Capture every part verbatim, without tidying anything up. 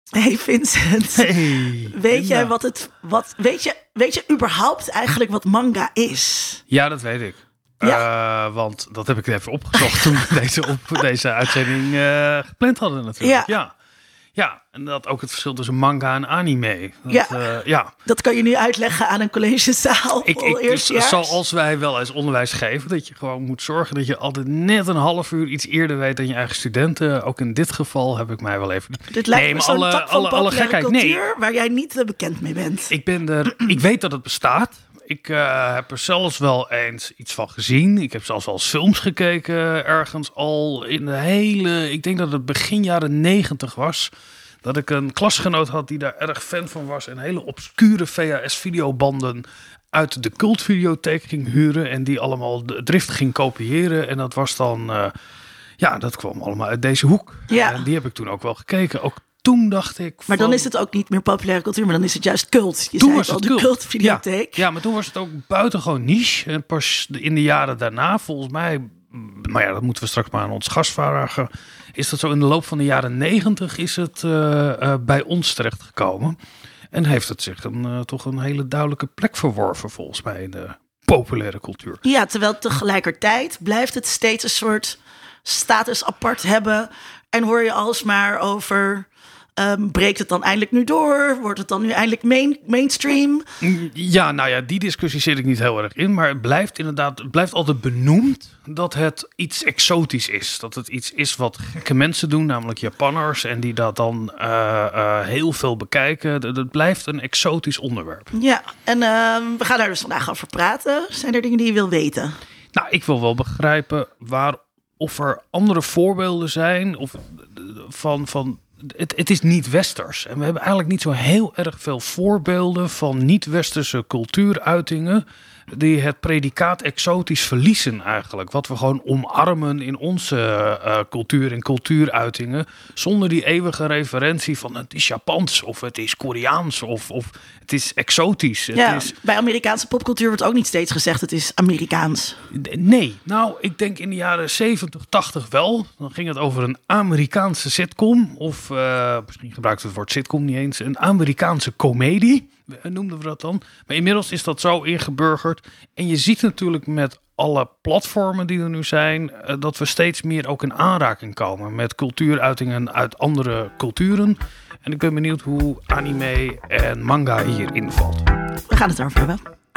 Hey Vincent, Hey, weet jij wat het, wat, weet je, weet je überhaupt eigenlijk wat manga is? Ja, dat weet ik. Ja? Uh, want dat heb ik even opgezocht toen we deze, op, deze uitzending uh, gepland hadden natuurlijk. Ja. ja. Ja, en dat ook het verschil tussen manga en anime. Dat, Ja. Uh, ja, dat kan je nu uitleggen aan een collegezaal. ik, ik, dus, zoals wij wel eens onderwijs geven, dat je gewoon moet zorgen dat je altijd net een half uur iets eerder weet dan je eigen studenten. Ook in dit geval heb ik mij wel even. Dit lijkt nee, me zo'n alle, tak van alle, alle gekheid. cultuur Nee, waar jij niet uh, bekend mee bent. Ik ben er. Ik weet dat het bestaat. Ik uh, heb er zelfs wel eens iets van gezien. Ik heb zelfs wel eens films gekeken ergens al in de hele. Ik denk dat het begin jaren negentig was. Dat ik een klasgenoot had die daar erg fan van was. En hele obscure V H S-videobanden uit de cultvideotheek ging huren. En die allemaal de drift ging kopiëren. En dat was dan... Uh, ja, dat kwam allemaal uit deze hoek. Ja. En die heb ik toen ook wel gekeken. Ook toen dacht ik... Maar van, dan is het ook niet meer populaire cultuur. Maar dan is het juist cult. Je toen zei was het al, het de cult. cultvideotheek. Ja, ja, maar toen was het ook buitengewoon niche. En pas in de jaren daarna, volgens mij... Maar ja, dat moeten we straks maar aan ons gast vragen. Is dat zo in de loop van de jaren negentig is het uh, uh, bij ons terechtgekomen. En heeft het zich een, uh, toch een hele duidelijke plek verworven volgens mij in de populaire cultuur. Ja, terwijl tegelijkertijd blijft het steeds een soort status apart hebben. En hoor je alsmaar over... Um, breekt het dan eindelijk nu door? Wordt het dan nu eindelijk main, mainstream? Ja, nou ja, die discussie zit ik niet heel erg in. Maar het blijft inderdaad, het blijft altijd benoemd dat het iets exotisch is. Dat het iets is wat gekke mensen doen, namelijk Japanners. En die dat dan uh, uh, heel veel bekijken. Het blijft een exotisch onderwerp. Ja, en uh, we gaan daar dus vandaag over praten. Zijn er dingen die je wil weten? Nou, ik wil wel begrijpen waar, of er andere voorbeelden zijn of van... van Het, het is niet westers. En we hebben eigenlijk niet zo heel erg veel voorbeelden van niet-westerse cultuuruitingen die het predicaat exotisch verliezen eigenlijk. Wat we gewoon omarmen in onze uh, cultuur en cultuuruitingen. Zonder die eeuwige referentie van het is Japans of het is Koreaans of, of het is exotisch. Het ja, is... Bij Amerikaanse popcultuur wordt ook niet steeds gezegd het is Amerikaans. Nee, nou ik denk in de jaren zeventig, tachtig wel. Dan ging het over een Amerikaanse sitcom. Of uh, misschien gebruikten we het woord sitcom niet eens. Een Amerikaanse komedie. Noemden we dat dan. Maar inmiddels is dat zo ingeburgerd. En je ziet natuurlijk met alle platformen die er nu zijn, dat we steeds meer ook in aanraking komen met cultuuruitingen uit andere culturen. En ik ben benieuwd hoe anime en manga hier invalt. We gaan het erover hebben.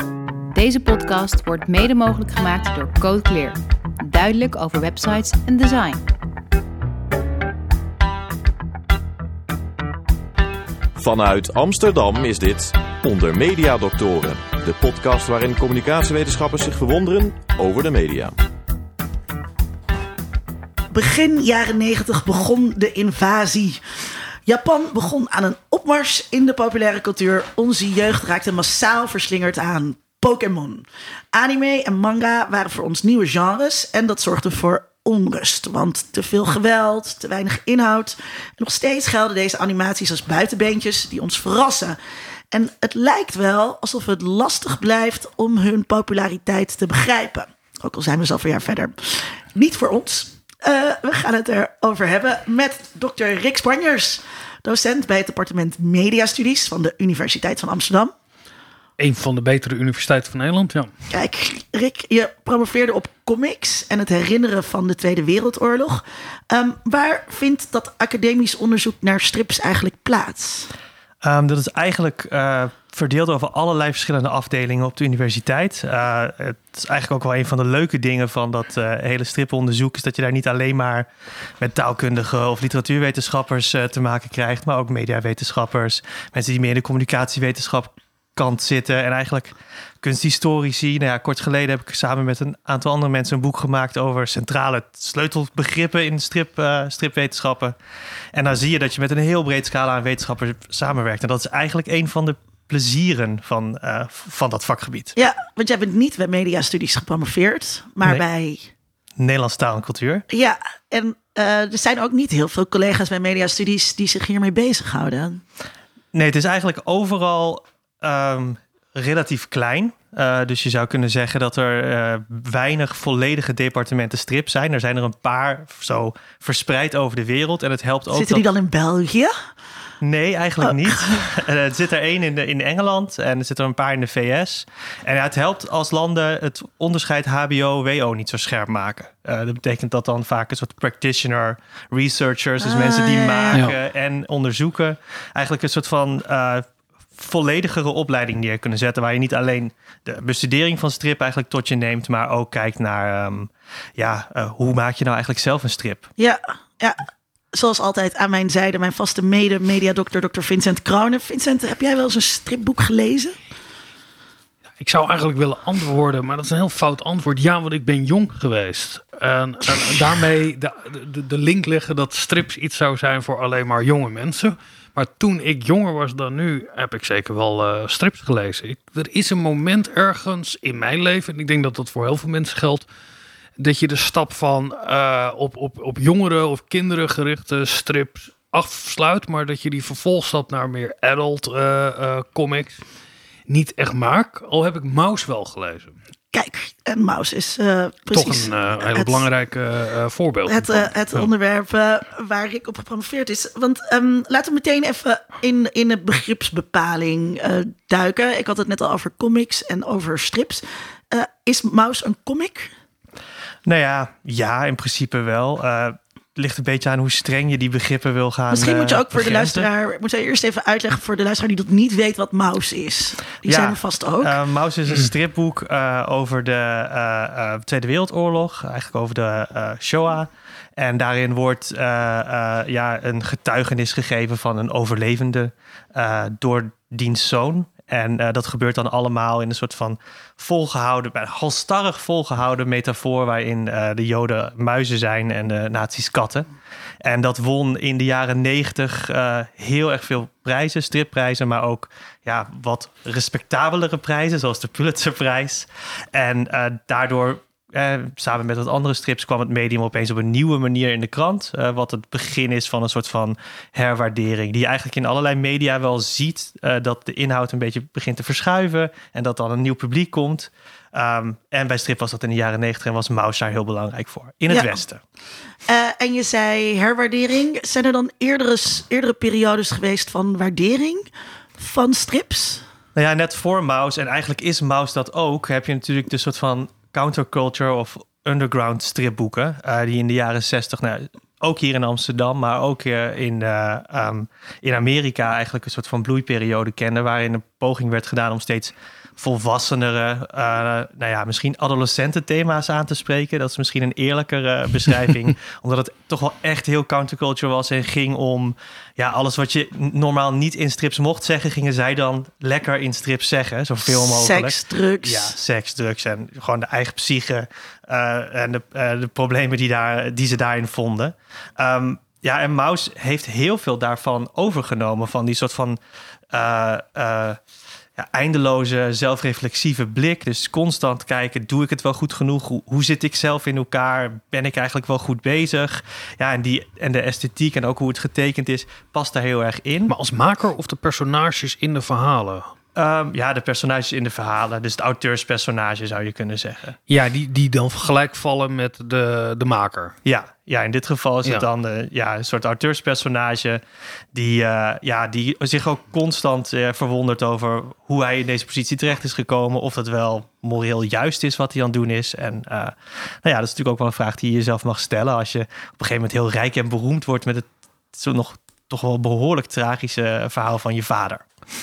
Deze podcast wordt mede mogelijk gemaakt door Code Clear. Duidelijk over websites en design. Vanuit Amsterdam is dit Onder Media Doctoren, de podcast waarin communicatiewetenschappers zich verwonderen over de media. Begin jaren negentig begon de invasie. Japan begon aan een opmars in de populaire cultuur. Onze jeugd raakte massaal verslingerd aan Pokémon. Anime en manga waren voor ons nieuwe genres en dat zorgde voor onrust, want te veel geweld, te weinig inhoud. Nog steeds gelden deze animaties als buitenbeentjes die ons verrassen. En het lijkt wel alsof het lastig blijft om hun populariteit te begrijpen. Ook al zijn we zoveel jaar verder. Niet voor ons. Uh, we gaan het erover hebben met dokter Rick Spanjers, docent bij het departement Mediastudies van de Universiteit van Amsterdam. Een van de betere universiteiten van Nederland, ja. Kijk, Rick, je promoveerde op comics en het herinneren van de Tweede Wereldoorlog. Um, waar vindt dat academisch onderzoek naar strips eigenlijk plaats? Um, dat is eigenlijk uh, verdeeld over allerlei verschillende afdelingen op de universiteit. Uh, het is eigenlijk ook wel een van de leuke dingen van dat uh, hele striponderzoek, is dat je daar niet alleen maar met taalkundigen of literatuurwetenschappers uh, te maken krijgt, maar ook mediawetenschappers, mensen die meer in de communicatiewetenschap kant zitten en eigenlijk kunsthistorici. Nou ja, kort geleden heb ik samen met een aantal andere mensen een boek gemaakt over centrale sleutelbegrippen in strip, uh, stripwetenschappen. En dan zie je dat je met een heel breed scala aan wetenschappers samenwerkt. En dat is eigenlijk een van de plezieren van, uh, van dat vakgebied. Ja, want jij bent niet bij mediastudies gepromoveerd, maar nee. bij Nederlandse taal en cultuur. Ja, en uh, er zijn ook niet heel veel collega's bij mediastudies die zich hiermee bezighouden. Nee, het is eigenlijk overal Um, relatief klein. Uh, dus je zou kunnen zeggen dat er uh, weinig volledige departementen strip zijn. Er zijn er een paar zo verspreid over de wereld. En het helpt ook. Zitten dat... die dan in België? Nee, eigenlijk oh. niet. Er zit er één in, de, in Engeland en er zitten er een paar in de V S. En ja, het helpt als landen het onderscheid H B O W O niet zo scherp maken. Uh, dat betekent dat dan vaak een soort practitioner researchers, dus ah, mensen die ja, maken ja. en onderzoeken, eigenlijk een soort van uh, volledigere opleiding neer kunnen zetten, waar je niet alleen de bestudering van strip eigenlijk tot je neemt, maar ook kijkt naar um, ja, uh, hoe maak je nou eigenlijk zelf een strip? Ja, ja. Zoals altijd aan mijn zijde, mijn vaste mede-mediadokter, dokter Vincent Kraunen. Vincent, heb jij wel eens een stripboek gelezen? Ik zou eigenlijk willen antwoorden, maar dat is een heel fout antwoord. Ja, want ik ben jong geweest. En, en daarmee de, de, de link leggen dat strips iets zou zijn voor alleen maar jonge mensen. Maar toen ik jonger was dan nu, heb ik zeker wel uh, strips gelezen. Ik, er is een moment ergens in mijn leven, en ik denk dat dat voor heel veel mensen geldt, dat je de stap van uh, op, op, op jongeren of kinderen gerichte strips afsluit, maar dat je die vervolgstap naar meer adult uh, uh, comics niet echt maakt. Al heb ik Maus wel gelezen. Kijk, en Maus is uh, precies... Toch een uh, heel belangrijk uh, voorbeeld. Het, uh, het ja. onderwerp uh, waar Rick op gepromoveerd is. Want um, laten we meteen even in, in de begripsbepaling uh, duiken. Ik had het net al over comics en over strips. Uh, is Maus een comic? Nou ja, ja, in principe wel. Uh, het ligt een beetje aan hoe streng je die begrippen wil gaan. Misschien moet je ook voor begrenzen. de luisteraar, moet je eerst even uitleggen voor de luisteraar die dat niet weet wat Maus is. Die ja, zijn er vast ook. Uh, Maus is een stripboek uh, over de uh, uh, Tweede Wereldoorlog, eigenlijk over de uh, Shoah. En daarin wordt uh, uh, ja, een getuigenis gegeven van een overlevende uh, door diens zoon. En uh, dat gebeurt dan allemaal in een soort van volgehouden, halstarrig volgehouden metafoor, waarin uh, de Joden muizen zijn en de nazi's katten. En dat won in de jaren negentig uh, heel erg veel prijzen, stripprijzen, maar ook ja, wat respectabelere prijzen, zoals de Pulitzerprijs. En uh, daardoor, Eh, samen met wat andere strips, kwam het medium opeens op een nieuwe manier in de krant. Uh, wat het begin is van een soort van herwaardering. Die je eigenlijk in allerlei media wel ziet. Uh, dat de inhoud een beetje begint te verschuiven. En dat dan een nieuw publiek komt. Um, en bij strip was dat in de jaren negentig en was Maus daar heel belangrijk voor. In het ja. Westen. Uh, en je zei herwaardering. Zijn er dan eerdere, eerdere periodes geweest van waardering van strips? Nou ja, net voor Maus, en eigenlijk is Maus dat ook, heb je natuurlijk de soort van counterculture of underground stripboeken, uh, die in de jaren zestig, nou, ook hier in Amsterdam, maar ook uh, in, uh, um, in Amerika eigenlijk een soort van bloeiperiode kenden, waarin een poging werd gedaan om steeds volwassenere, uh, nou ja, misschien adolescenten thema's aan te spreken. Dat is misschien een eerlijkere beschrijving, omdat het toch wel echt heel counterculture was en ging om ja, alles wat je normaal niet in strips mocht zeggen, gingen zij dan lekker in strips zeggen, zoveel mogelijk. Seks, drugs. Ja, seks, drugs en gewoon de eigen psyche uh, en de, uh, de problemen die, daar, die ze daarin vonden. Um, ja, en Maus heeft heel veel daarvan overgenomen, van die soort van Uh, uh, Ja, eindeloze, zelfreflexieve blik. Dus constant kijken, doe ik het wel goed genoeg? Hoe, hoe zit ik zelf in elkaar? Ben ik eigenlijk wel goed bezig? Ja, en, die, en de esthetiek en ook hoe het getekend is, past daar heel erg in. Maar als maker of de personages in de verhalen? Um, ja, de personages in de verhalen. Dus het auteurspersonage zou je kunnen zeggen. Ja, die, die dan gelijk vallen met de, de maker. Ja, ja, in dit geval is het ja. dan de, ja, een soort auteurspersonage die, uh, ja, die zich ook constant uh, verwondert over hoe hij in deze positie terecht is gekomen. Of dat wel moreel juist is wat hij aan het doen is. En uh, nou ja, dat is natuurlijk ook wel een vraag die je jezelf mag stellen als je op een gegeven moment heel rijk en beroemd wordt met het zo nog toch wel behoorlijk tragische verhaal van je vader.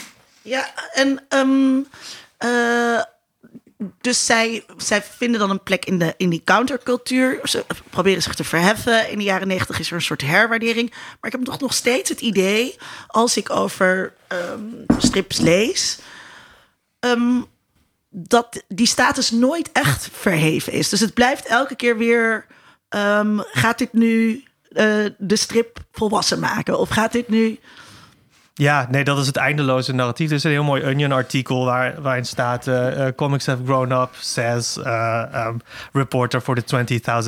Ja, en um, uh, dus zij, zij vinden dan een plek in, de, in die countercultuur. Ze proberen zich te verheffen. In de jaren negentig is er een soort herwaardering. Maar ik heb toch nog steeds het idee, als ik over um, strips lees, um, dat die status nooit echt verheven is. Dus het blijft elke keer weer, um, gaat dit nu uh, de strip volwassen maken? Of gaat dit nu... Ja, nee, dat is het eindeloze narratief. Er is een heel mooi Onion-artikel waar, waarin staat Uh, uh, comics have grown up, says uh, um, reporter for the twentieth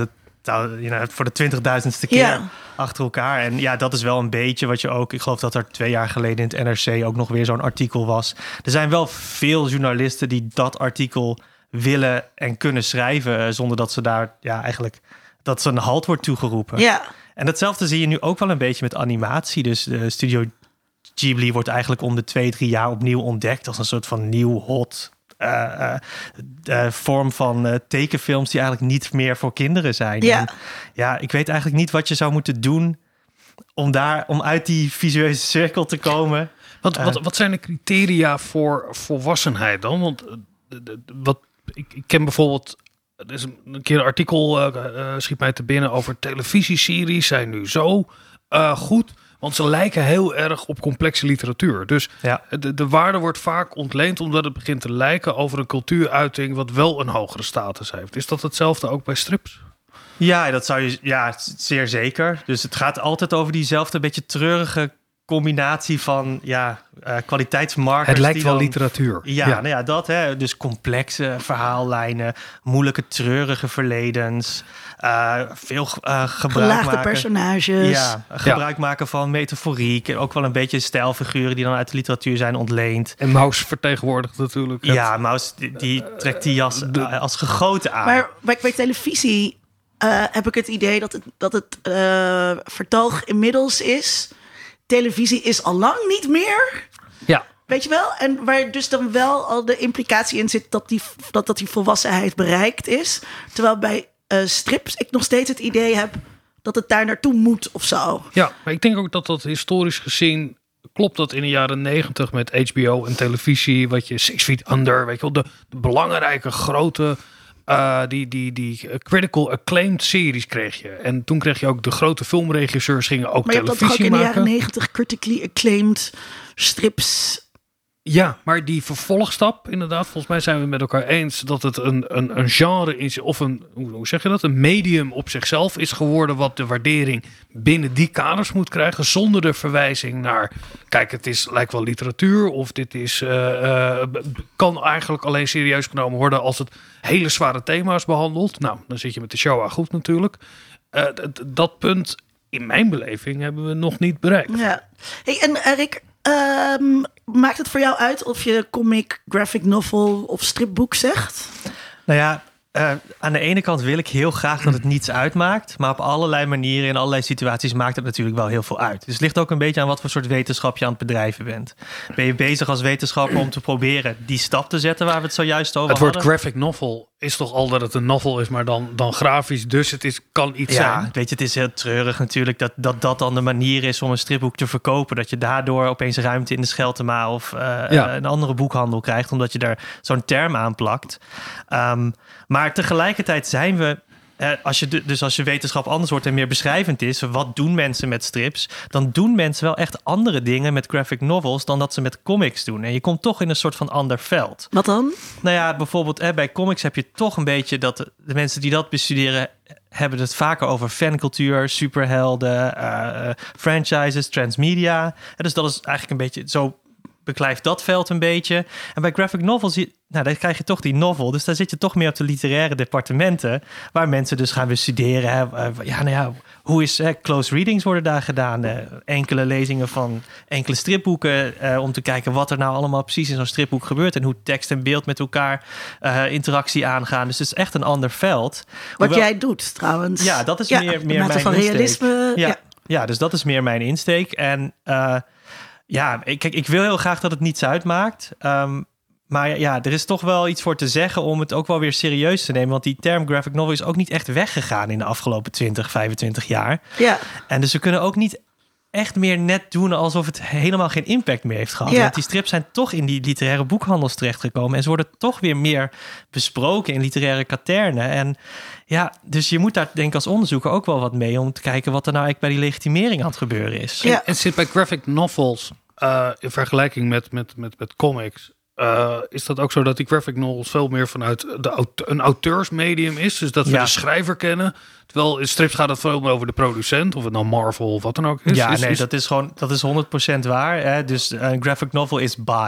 you know, voor de twintigduizendste keer Ja. achter elkaar. En ja, dat is wel een beetje wat je ook... Ik geloof dat er twee jaar geleden in het N R C ook nog weer zo'n artikel was. Er zijn wel veel journalisten die dat artikel willen en kunnen schrijven... zonder dat ze daar ja, eigenlijk... dat ze een halt wordt toegeroepen. Ja. En datzelfde zie je nu ook wel een beetje met animatie. Dus de Studio Ghibli wordt eigenlijk om de twee, drie jaar opnieuw ontdekt... als een soort van nieuw hot... Uh, uh, uh, vorm van uh, tekenfilms die eigenlijk niet meer voor kinderen zijn. Ja. En, ja, ik weet eigenlijk niet wat je zou moeten doen om daar om uit die visueuze cirkel te komen. Wat, Uh, wat, wat zijn de criteria voor volwassenheid dan? Want uh, de- de- wat, ik, ik ken bijvoorbeeld... Er is een, een keer een artikel uh, uh, schiet mij te binnen over televisieseries zijn nu zo uh, goed... Want ze lijken heel erg op complexe literatuur. Dus Ja. de, de waarde wordt vaak ontleend omdat het begint te lijken over een cultuuruiting wat wel een hogere status heeft. Is dat hetzelfde ook bij strips? Ja, dat zou je ja, zeer zeker. Dus het gaat altijd over diezelfde beetje treurige combinatie van ja, uh, kwaliteitsmarkers. Het lijkt die wel dan- literatuur. Ja, Nou ja, dat hè. Dus complexe verhaallijnen, moeilijke, treurige verledens, uh, veel uh, gebruik Gelaagde maken. personages. Ja, gebruik maken van metaforiek en ook wel een beetje stijlfiguren die dan uit de literatuur zijn ontleend. En Maus vertegenwoordigt natuurlijk. het- Ja, Maus die, die trekt die jas de- uh, als gegoten aan. Maar bij, bij televisie uh, heb ik het idee dat het, dat het uh, vertoog inmiddels is. Televisie is al lang niet meer. Ja. Weet je wel? En waar dus dan wel al de implicatie in zit dat die, dat, dat die volwassenheid bereikt is. Terwijl bij uh, strips ik nog steeds het idee heb dat het daar naartoe moet of zo. Ja, maar ik denk ook dat dat historisch gezien klopt dat in de jaren negentig met H B O en televisie, wat je Six Feet Under, weet je wel, de, de belangrijke grote, uh, die, die, die critical acclaimed series kreeg je. En toen kreeg je ook de grote filmregisseurs gingen ook Maar je hebt dat toch ook televisie in de maken. jaren negentig critically acclaimed strips. Ja, maar die vervolgstap, inderdaad, volgens mij zijn we met elkaar eens dat het een, een, een genre is, of een, hoe, hoe zeg je dat, een medium op zichzelf is geworden wat de waardering binnen die kaders moet krijgen, zonder de verwijzing naar, kijk, het is lijkt wel literatuur, of dit is, uh, uh, kan eigenlijk alleen serieus genomen worden als het hele zware thema's behandelt. Nou, dan zit je met de Shoah goed natuurlijk. Uh, d- d- dat punt, in mijn beleving, hebben we nog niet bereikt. Ja. Hey, en Erik, um, maakt het voor jou uit of je comic, graphic novel of stripboek zegt? Nou ja, uh, aan de ene kant wil ik heel graag dat het niets uitmaakt. Maar op allerlei manieren in allerlei situaties maakt het natuurlijk wel heel veel uit. Dus het ligt ook een beetje aan wat voor soort wetenschap je aan het bedrijven bent. Ben je bezig als wetenschapper om te proberen die stap te zetten waar we het zojuist over Het woord hadden? graphic novel is toch al dat het een novel is, maar dan, dan grafisch. Dus het is, kan iets Ja, zijn. weet je, het is heel treurig natuurlijk dat, dat dat dan de manier is om een stripboek te verkopen. Dat je daardoor opeens ruimte in de Scheltema of uh, Ja. een andere boekhandel krijgt, omdat je daar zo'n term aan plakt. Um, maar tegelijkertijd zijn we, eh, als je de, dus als je wetenschap anders wordt en meer beschrijvend is, wat doen mensen met strips? Dan doen mensen wel echt andere dingen met graphic novels dan dat ze met comics doen. En je komt toch in een soort van ander veld. Wat dan? Nou ja, bijvoorbeeld hè, bij comics heb je toch een beetje dat de, de mensen die dat bestuderen hebben het vaker over fancultuur, superhelden, uh, franchises, transmedia. En dus dat is eigenlijk een beetje zo beklijft dat veld een beetje. En bij graphic novels, nou, dan krijg je toch die novel. Dus daar zit je toch meer op de literaire departementen, waar mensen dus gaan bestuderen. Hè. Ja, nou ja, hoe is hè, close readings worden daar gedaan? Uh, enkele lezingen van enkele stripboeken uh, om te kijken wat er nou allemaal precies in zo'n stripboek gebeurt en hoe tekst en beeld met elkaar uh, interactie aangaan. Dus het is echt een ander veld. Wat Hoewel, jij doet trouwens. Ja, dat is ja, meer, de meer mate mijn van insteek. realisme. Ja, Ja. ja, dus dat is meer mijn insteek. En uh, ja, ik, kijk, ik wil heel graag dat het niets uitmaakt. Um, maar ja, er is toch wel iets voor te zeggen om het ook wel weer serieus te nemen. Want die term graphic novel is ook niet echt weggegaan in de afgelopen twintig, vijfentwintig jaar. Ja. En dus we kunnen ook niet echt meer net doen alsof het helemaal geen impact meer heeft gehad. Ja. Want die strips zijn toch in die literaire boekhandels terechtgekomen. En ze worden toch weer meer besproken in literaire katernen. En ja, dus je moet daar denk ik als onderzoeker ook wel wat mee om te kijken wat er nou eigenlijk bij die legitimering aan het gebeuren is. Ja. En het zit bij graphic novels uh, in vergelijking met, met, met, met comics. Uh, is dat ook zo dat die graphic novels veel meer vanuit de aut- een auteursmedium is? Dus dat we Ja. de schrijver kennen. Terwijl in strips gaat het veel meer over de producent. Of het nou Marvel of wat dan ook is. Ja, is, nee, is- dat is gewoon dat is honderd procent waar. Hè? Dus een graphic novel is by.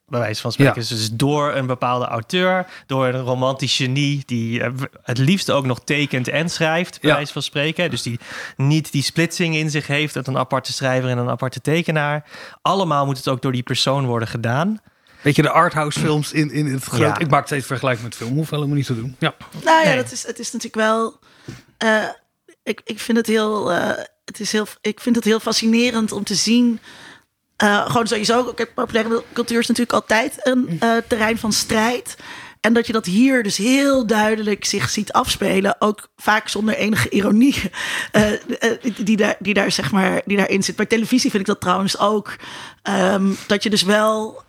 bij wijze van spreken. Ja. Dus door een bepaalde auteur, door een romantisch genie die uh, het liefst ook nog tekent en schrijft, bij Ja. wijze van spreken. Dus die niet die splitsing in zich heeft uit een aparte schrijver en een aparte tekenaar. Allemaal moet het ook door die persoon worden gedaan. Weet je, de arthouse films in, in het groot... Ja. Ik maak steeds vergelijking met film. Hoeft helemaal niet te doen. Ja. Nou ja, Nee. dat is, het is natuurlijk wel... Uh, ik, ik vind het heel... Uh, het is heel ik vind het heel fascinerend om te zien... Uh, gewoon sowieso, kijk, populaire cultuur is natuurlijk altijd een uh, terrein van strijd. En dat je dat hier dus heel duidelijk zich ziet afspelen. Ook vaak zonder enige ironie. Uh, uh, die, daar, die, daar, zeg maar, die daarin zit. Bij televisie vind ik dat trouwens ook. Um, dat je dus wel...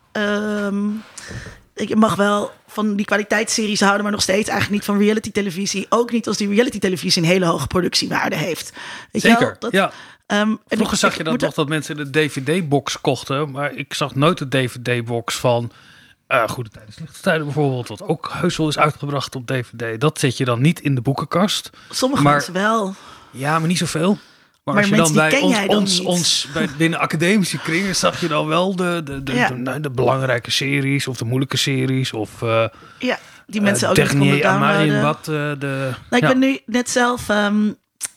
Um, je mag wel van die kwaliteitsseries houden, maar nog steeds eigenlijk niet van reality televisie. Ook niet als die reality televisie een hele hoge productiewaarde heeft. Weet Zeker, je wel? Dat, ja. Um, Vroeger ik, zag ik je dat moet nog dat mensen de D V D-box kochten. Maar ik zag nooit de D V D-box van uh, Goede Tijden, Slechte Tijden bijvoorbeeld. Wat ook heus wel is uitgebracht op D V D. Dat zet je dan niet in de boekenkast. Sommige maar, mensen wel. Ja, maar niet zoveel. Maar, Maar als je dan mensen, die bij ken ons, jij dan ons, niet. ons bij, binnen academische kringen zag je dan wel de, de, de, Ja. de, de, de belangrijke series of de moeilijke series. Of uh, Ja, die mensen uh, ook niet konden Dernier à downloaden. wat uh, de... Nou, ik ja. ben nu net zelf... Um,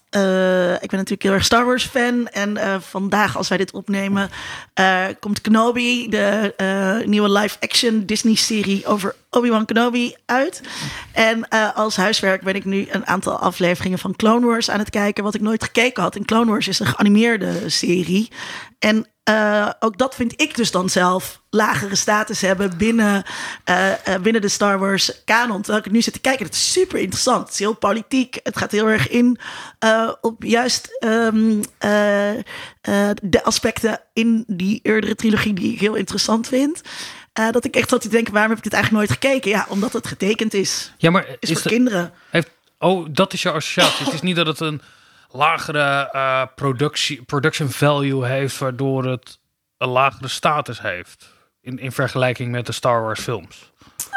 uh, ik ben natuurlijk heel erg Star Wars fan. En uh, vandaag, als wij dit opnemen, uh, komt Kenobi, de uh, nieuwe live-action Disney-serie over Obi-Wan Kenobi uit. En uh, als huiswerk ben ik nu een aantal afleveringen van Clone Wars aan het kijken, wat ik nooit gekeken had. En Clone Wars is een geanimeerde serie. En uh, ook dat vind ik dus dan zelf lagere status hebben binnen, uh, uh, binnen de Star Wars kanon. Terwijl ik het nu zit te kijken, het is super interessant. Het is heel politiek. Het gaat heel erg in uh, op juist um, uh, uh, de aspecten in die eerdere trilogie die ik heel interessant vind. Uh, dat ik echt zat te denken, waarom heb ik dit eigenlijk nooit gekeken? Ja, omdat het getekend is. Ja, maar Is, is voor de, kinderen. heeft, oh, dat is je associatie. Het is niet dat het een lagere uh, productie, production value heeft, waardoor het een lagere status heeft. In, in vergelijking met de Star Wars films.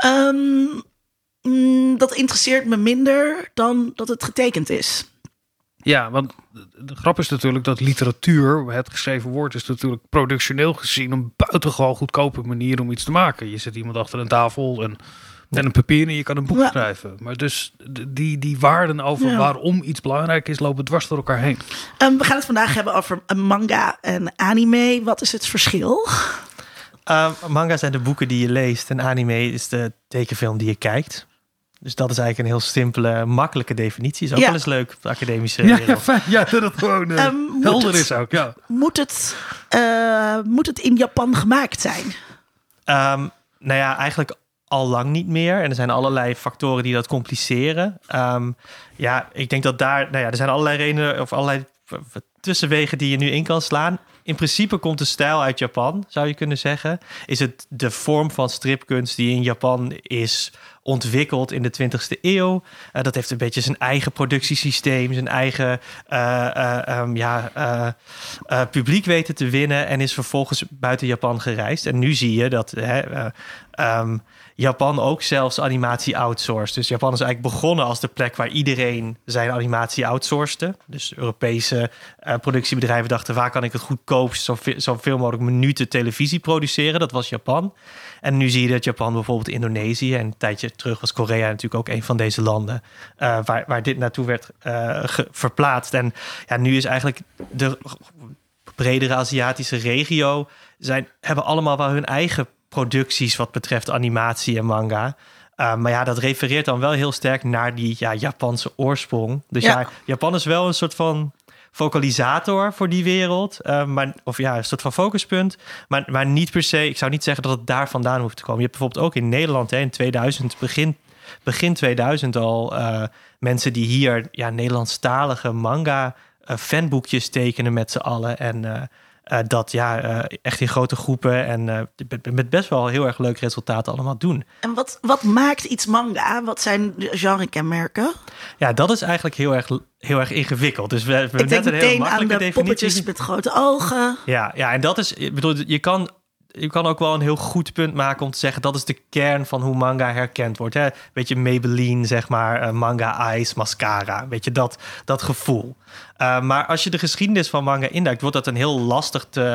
Um, mm, dat interesseert me minder dan dat het getekend is. Ja, want de grap is natuurlijk dat literatuur, het geschreven woord, is natuurlijk productioneel gezien een buitengewoon goedkope manier om iets te maken. Je zet iemand achter een tafel en, en een papier en je kan een boek Ja. schrijven. Maar dus die, die waarden over Ja. waarom iets belangrijk is, lopen dwars door elkaar heen. Um, we gaan het vandaag hebben over een manga en anime. Wat is het verschil? Uh, manga zijn de boeken die je leest en anime is de tekenfilm die je kijkt. Dus dat is eigenlijk een heel simpele, makkelijke definitie. Is ook Ja. wel eens leuk op de academische Ja, wereld. ja, fijn. Ja, dat het gewoon uh, Um, moet helder het- is ook. Ja. Moet het, uh, moet het in Japan gemaakt zijn? Um, nou ja, eigenlijk al lang niet meer. En er zijn allerlei factoren die dat compliceren. Um, ja, ik denk dat daar... Nou ja, er zijn allerlei redenen of allerlei tussenwegen die je nu in kan slaan. In principe komt de stijl uit Japan, zou je kunnen zeggen. Is het de vorm van stripkunst die in Japan is ontwikkeld in de twintigste eeuw. Uh, dat heeft een beetje zijn eigen productiesysteem, zijn eigen uh, uh, um, ja, uh, uh, publiek weten te winnen en is vervolgens buiten Japan gereisd. En nu zie je dat hè, uh, um, Japan ook zelfs animatie outsourced. Dus Japan is eigenlijk begonnen als de plek waar iedereen zijn animatie outsourcede. Dus Europese uh, productiebedrijven dachten, waar kan ik het goedkoopst zoveel, zoveel mogelijk minuten televisie produceren? Dat was Japan. En nu zie je dat Japan bijvoorbeeld Indonesië en een tijdje terug was Korea natuurlijk ook een van deze landen uh, waar, waar dit naartoe werd uh, ge, verplaatst. En ja, nu is eigenlijk de bredere Aziatische regio zijn, hebben allemaal wel hun eigen producties wat betreft animatie en manga. Uh, maar ja, dat refereert dan wel heel sterk naar die ja, Japanse oorsprong. Dus ja. ja, Japan is wel een soort van focalisator voor die wereld. Uh, maar, of ja, een soort van focuspunt. Maar, maar niet per se, ik zou niet zeggen dat het daar vandaan hoeft te komen. Je hebt bijvoorbeeld ook in Nederland hè, in tweeduizend, begin, begin tweeduizend al uh, mensen die hier ja, Nederlandstalige manga uh, fanboekjes tekenen met z'n allen. En uh, uh, dat ja, uh, echt in grote groepen en uh, met best wel heel erg leuke resultaten allemaal doen. En wat, wat maakt iets manga? Wat zijn de genrekenmerken? Ja, dat is eigenlijk heel erg, heel erg ingewikkeld. Dus we, we hebben Ik denk net een heel meteen aan makkelijke de definitie. poppetjes met grote ogen. Ja, ja, en dat is, ik bedoel, je kan, je kan ook wel een heel goed punt maken om te zeggen dat is de kern van hoe manga herkend wordt. Hè? Beetje Maybelline, zeg maar, uh, manga eyes, mascara, weet je dat, dat gevoel. Uh, maar als je de geschiedenis van manga induikt, wordt dat een heel lastig te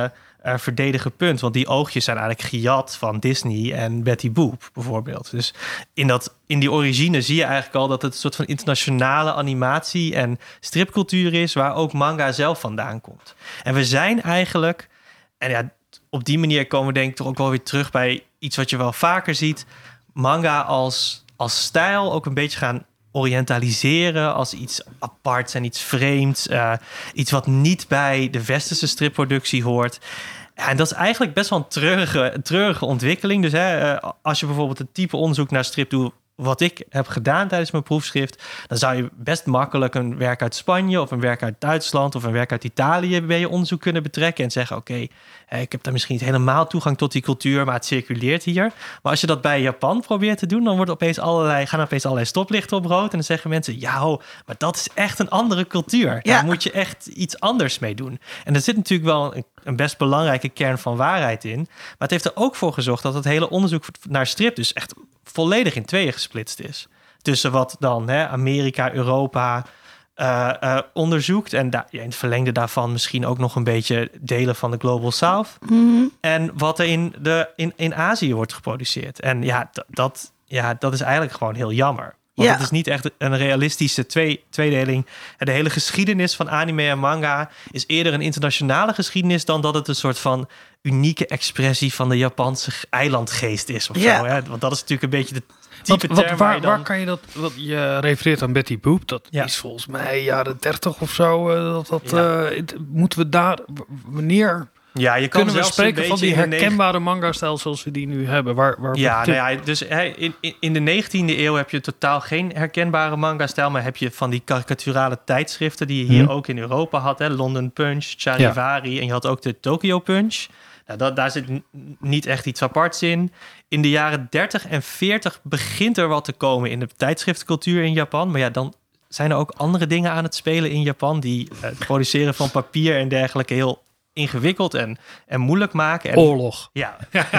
uh, verdedigen punt. Want die oogjes zijn eigenlijk gejat van Disney en Betty Boop bijvoorbeeld. Dus in, dat, in die origine zie je eigenlijk al dat het een soort van internationale animatie en stripcultuur is, waar ook manga zelf vandaan komt. En we zijn eigenlijk, en ja, op die manier komen we denk ik toch ook wel weer terug bij iets wat je wel vaker ziet, manga als, als stijl ook een beetje gaan orientaliseren als iets aparts en iets vreemds. Uh, iets wat niet bij de westerse stripproductie hoort. Ja, en dat is eigenlijk best wel een treurige, een treurige ontwikkeling. Dus hè, uh, als je bijvoorbeeld een type onderzoek naar strip doet, wat ik heb gedaan tijdens mijn proefschrift, dan zou je best makkelijk een werk uit Spanje of een werk uit Duitsland of een werk uit Italië bij je onderzoek kunnen betrekken en zeggen, oké, okay, ik heb daar misschien niet helemaal toegang tot die cultuur, maar het circuleert hier. Maar als je dat bij Japan probeert te doen, dan wordt opeens allerlei, gaan opeens allerlei stoplichten op rood en dan zeggen mensen, ja, oh, maar dat is echt een andere cultuur. Ja. Daar moet je echt iets anders mee doen. En er zit natuurlijk wel een, een best belangrijke kern van waarheid in, maar het heeft er ook voor gezorgd dat het hele onderzoek naar strip dus echt volledig in tweeën gesplitst is. Tussen wat dan hè, Amerika, Europa uh, uh, onderzoekt. En da- ja, in het verlengde daarvan misschien ook nog een beetje delen van de Global South. Mm-hmm. En wat er in, de, in, in Azië wordt geproduceerd. En ja, d- dat, ja, dat is eigenlijk gewoon heel jammer. Want ja. Het is niet echt een realistische twee, tweedeling. En de hele geschiedenis van anime en manga is eerder een internationale geschiedenis dan dat het een soort van unieke expressie van de Japanse eilandgeest is. Of ja. zo, hè? Want dat is natuurlijk een beetje de type wat, wat, term. Waar, waar, je, dan... waar kan je dat... Wat, je refereert aan Betty Boop. Dat ja. is volgens mij jaren dertig of zo. Uh, dat, dat, ja. uh, moeten we daar... Wanneer... Ja, je kan kunnen we spreken van die herkenbare manga-stijl zoals we die nu hebben? Waar, waar ja, nou ja, dus in, in de negentiende eeuw heb je totaal geen herkenbare manga-stijl, maar heb je van die karikaturale tijdschriften die je hier hmm. ook in Europa had. Hè? London Punch, Charivari ja. en je had ook de Tokyo Punch. Nou, dat, daar zit n- niet echt iets aparts in. In de jaren dertig en veertig begint er wat te komen in de tijdschriftcultuur in Japan. Maar ja, dan zijn er ook andere dingen aan het spelen in Japan die uh, het produceren van papier en dergelijke heel ingewikkeld en, en moeilijk maken. En, oorlog. Ja.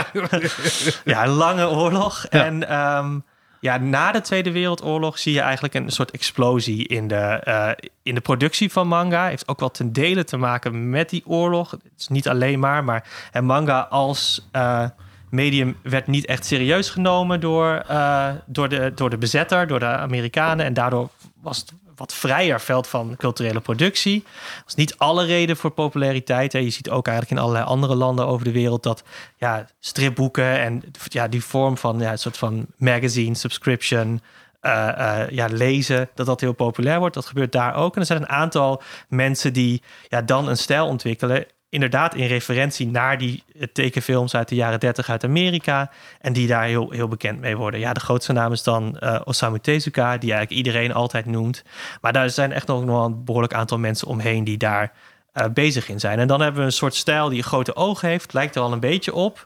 ja, een lange oorlog. Ja. En um, ja, na de Tweede Wereldoorlog zie je eigenlijk een soort explosie in de, uh, in de productie van manga. Heeft ook wel ten dele te maken met die oorlog. Het is niet alleen maar, maar en manga als uh, medium werd niet echt serieus genomen door, uh, door, de, door de bezetter, door de Amerikanen. En daardoor was het wat vrijer veld van culturele productie. Dat is niet alle reden voor populariteit. Hè. Je ziet ook eigenlijk in allerlei andere landen over de wereld dat ja, stripboeken en ja, die vorm van ja, een soort van magazine, subscription, uh, uh, ja, lezen, dat dat heel populair wordt. Dat gebeurt daar ook. En er zijn een aantal mensen die ja, dan een stijl ontwikkelen, inderdaad in referentie naar die tekenfilms uit de jaren dertig uit Amerika en die daar heel, heel bekend mee worden. Ja, de grootste naam is dan uh, Osamu Tezuka, die eigenlijk iedereen altijd noemt. Maar daar zijn echt nog wel een behoorlijk aantal mensen omheen die daar uh, bezig in zijn. En dan hebben we een soort stijl die grote ogen heeft, lijkt er al een beetje op.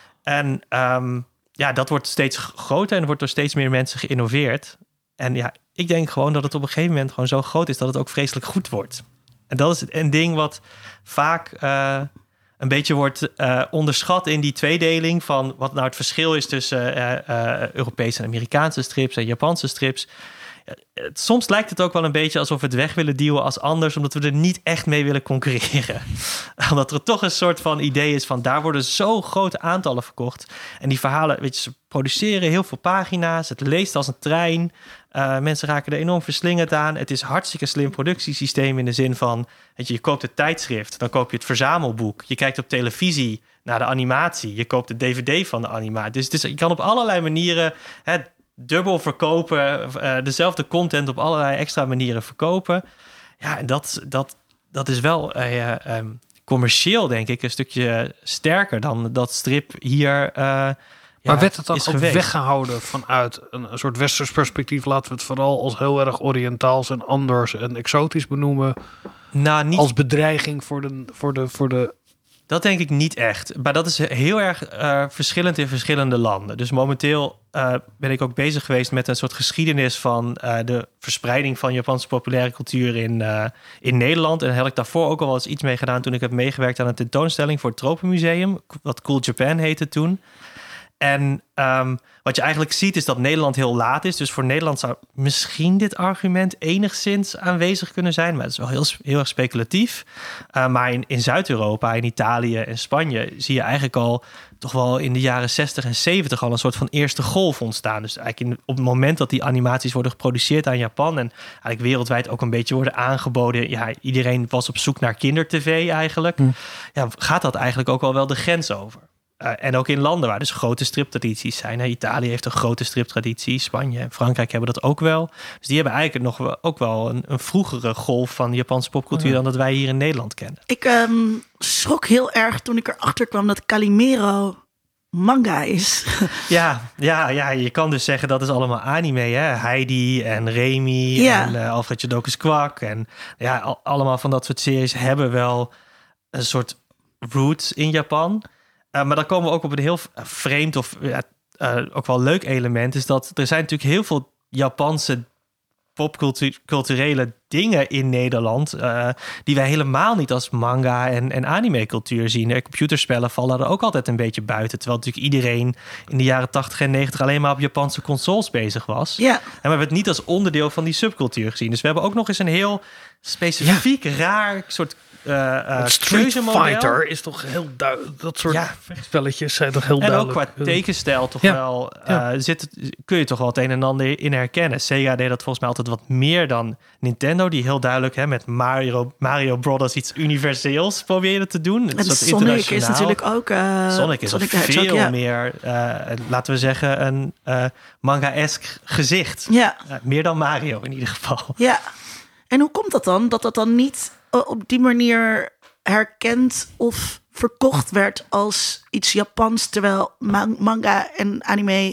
En um, ja, dat wordt steeds groter en er wordt door steeds meer mensen geïnnoveerd. En ja, ik denk gewoon dat het op een gegeven moment gewoon zo groot is dat het ook vreselijk goed wordt. En dat is een ding wat vaak uh, een beetje wordt uh, onderschat in die tweedeling van wat nou het verschil is tussen uh, uh, Europese en Amerikaanse strips en Japanse strips. Uh, soms lijkt het ook wel een beetje alsof we het weg willen duwen als anders, omdat we er niet echt mee willen concurreren. Omdat er toch een soort van idee is van daar worden zo grote aantallen verkocht. En die verhalen, weet je, ze produceren heel veel pagina's, het leest als een trein. Uh, mensen raken er enorm verslingerd aan. Het is hartstikke slim productiesysteem in de zin van, weet je, je koopt het tijdschrift, dan koop je het verzamelboek. Je kijkt op televisie naar de animatie. Je koopt de D V D van de animatie. Dus, dus je kan op allerlei manieren hè, dubbel verkopen, uh, dezelfde content op allerlei extra manieren verkopen. Ja, en dat, dat, dat is wel uh, um, commercieel, denk ik, een stukje sterker dan dat strip hier... Uh, Ja, maar werd het dan ook geweest. weggehouden vanuit een, een soort westers perspectief? Laten we het vooral als heel erg oriëntaals en anders en exotisch benoemen. Nou, niet als bedreiging voor de, voor de, voor de... Dat denk ik niet echt. Maar dat is heel erg uh, verschillend in verschillende landen. Dus momenteel uh, ben ik ook bezig geweest met een soort geschiedenis van uh, de verspreiding van Japanse populaire cultuur in, uh, in Nederland. En daar heb ik daarvoor ook al wel eens iets mee gedaan toen ik heb meegewerkt aan een tentoonstelling voor het Tropenmuseum, wat Cool Japan heette toen. En um, wat je eigenlijk ziet is dat Nederland heel laat is. Dus voor Nederland zou misschien dit argument enigszins aanwezig kunnen zijn. Maar het is wel heel, heel erg speculatief. Uh, maar in, in Zuid-Europa, in Italië en Spanje zie je eigenlijk al toch wel in de jaren zestig en zeventig al een soort van eerste golf ontstaan. Dus eigenlijk in, op het moment dat die animaties worden geproduceerd aan Japan en eigenlijk wereldwijd ook een beetje worden aangeboden. Ja, iedereen was op zoek naar kindertv eigenlijk. Hm. Ja, gaat dat eigenlijk ook al wel de grens over? Uh, en ook in landen waar dus grote striptradities zijn. Hè. Italië heeft een grote striptraditie. Spanje en Frankrijk hebben dat ook wel. Dus die hebben eigenlijk nog wel, ook wel een, een vroegere golf van Japanse popcultuur ja. dan dat wij hier in Nederland kennen. Ik um, schrok heel erg toen ik erachter kwam dat Calimero manga is. Ja, ja, ja, je kan dus zeggen dat is allemaal anime. Hè? Heidi en Remy ja. en uh, Alfred Jodokus Kwak. En ja, al, allemaal van dat soort series hebben wel een soort roots in Japan. Uh, maar dan komen we ook op een heel vreemd of ja, uh, ook wel leuk element. Is dat er zijn natuurlijk heel veel Japanse popculturele dingen in Nederland Uh, die wij helemaal niet als manga en, en anime cultuur zien. Uh, computerspellen vallen er ook altijd een beetje buiten. Terwijl natuurlijk iedereen in de jaren tachtig en negentig alleen maar op Japanse consoles bezig was. Ja. En we hebben het niet als onderdeel van die subcultuur gezien. Dus we hebben ook nog eens een heel specifiek, ja. raar soort Uh, uh, Street Fighter is toch heel duidelijk. Dat soort ja. spelletjes zijn toch heel en duidelijk. En ook qua tekenstijl toch ja. wel uh, ja. zit, kun je toch wel het een en ander in herkennen. Sega deed dat volgens mij altijd wat meer dan Nintendo, die heel duidelijk hè, met Mario, Mario Brothers iets universeels probeerde te doen. En Sonic is natuurlijk ook uh, Sonic is Sonic veel ook, ja. meer uh, laten we zeggen een uh, manga-esk gezicht. Ja. Uh, meer dan Mario in ieder geval. Ja. En hoe komt dat dan? Dat dat dan niet op die manier herkend of verkocht werd als iets Japans, terwijl man- manga en anime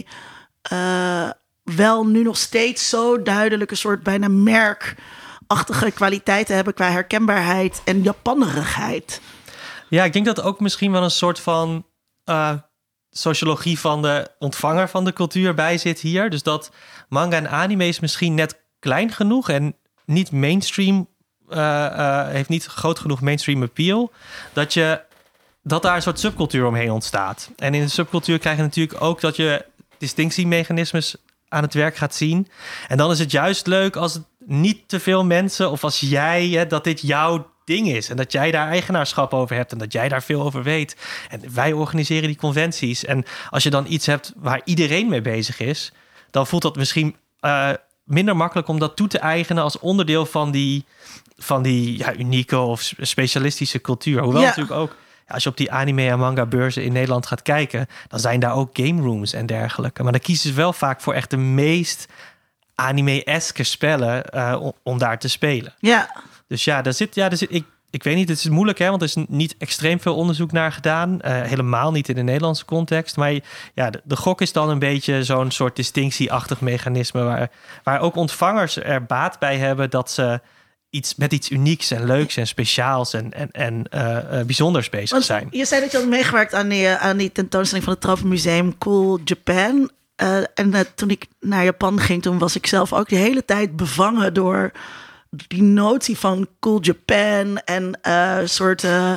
uh, wel nu nog steeds zo duidelijk een soort bijna merkachtige kwaliteiten hebben qua herkenbaarheid en Japannerigheid. Ja, ik denk dat ook misschien wel een soort van uh, sociologie van de ontvanger van de cultuur bij zit hier. Dus dat manga en anime is misschien net klein genoeg en niet mainstream Uh, uh, heeft niet groot genoeg mainstream appeal, dat je dat daar een soort subcultuur omheen ontstaat. En in de subcultuur krijg je natuurlijk ook dat je distinctiemechanismes aan het werk gaat zien. En dan is het juist leuk als het niet te veel mensen of als jij, hè, dat dit jouw ding is en dat jij daar eigenaarschap over hebt en dat jij daar veel over weet. En wij organiseren die conventies. En als je dan iets hebt waar iedereen mee bezig is, dan voelt dat misschien uh, minder makkelijk om dat toe te eigenen als onderdeel van die van die ja, unieke of specialistische cultuur. Hoewel ja. natuurlijk ook, ja, als je op die anime en manga beurzen in Nederland gaat kijken, dan zijn daar ook game rooms en dergelijke. Maar dan kiezen ze wel vaak voor echt de meest anime-eske spellen uh, om, om daar te spelen. Ja. Dus ja, daar zit, ja, daar zit ik, ik weet niet, het is moeilijk, hè, want er is niet extreem veel onderzoek naar gedaan. Uh, helemaal niet in de Nederlandse context. Maar ja, de, de gok is dan een beetje zo'n soort distinctieachtig mechanisme waar, waar ook ontvangers er baat bij hebben dat ze iets met iets unieks en leuks en speciaals en, en, en uh, uh, bijzonders bezig Want zijn. Je zei dat je had meegewerkt aan die, aan die tentoonstelling van het Tropenmuseum Cool Japan. Uh, en uh, toen ik naar Japan ging, toen was ik zelf ook de hele tijd bevangen door die notie van Cool Japan en uh, soort uh,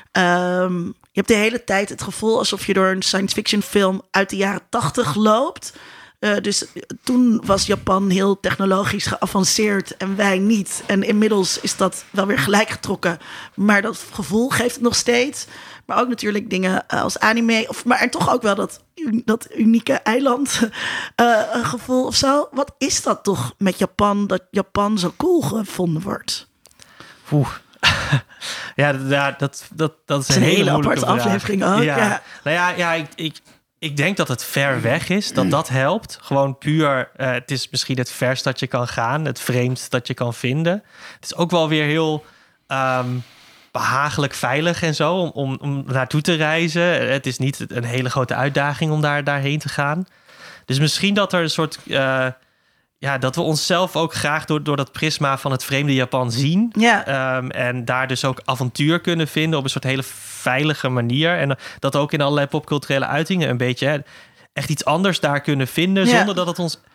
um, je hebt de hele tijd het gevoel alsof je door een science fiction film uit de jaren tachtig loopt. Uh, dus toen was Japan heel technologisch geavanceerd en wij niet. En inmiddels is dat wel weer gelijk getrokken. Maar dat gevoel geeft het nog steeds. Maar ook natuurlijk dingen als anime. Of, maar en toch ook wel dat, dat unieke eiland uh, gevoel of zo. Wat is dat toch met Japan, dat Japan zo cool gevonden wordt? Oeh. ja, dat, dat, dat, dat is een, een hele, hele aparte vraag. aflevering ook. Ja. Ja. Nou ja, ja ik... ik Ik denk dat het ver weg is, dat dat helpt. Gewoon puur, uh, het is misschien het verst dat je kan gaan, het vreemdst dat je kan vinden. Het is ook wel weer heel um, behagelijk veilig en zo om, om, om naartoe te reizen. Het is niet een hele grote uitdaging om daar, daarheen te gaan. Dus misschien dat er een soort... Uh, ja, dat we onszelf ook graag door, door dat prisma van het vreemde Japan zien. Ja. Um, en daar dus ook avontuur kunnen vinden op een soort hele veilige manier. En dat ook in allerlei popculturele uitingen een beetje hè, echt iets anders daar kunnen vinden. Ja. Zonder dat het ons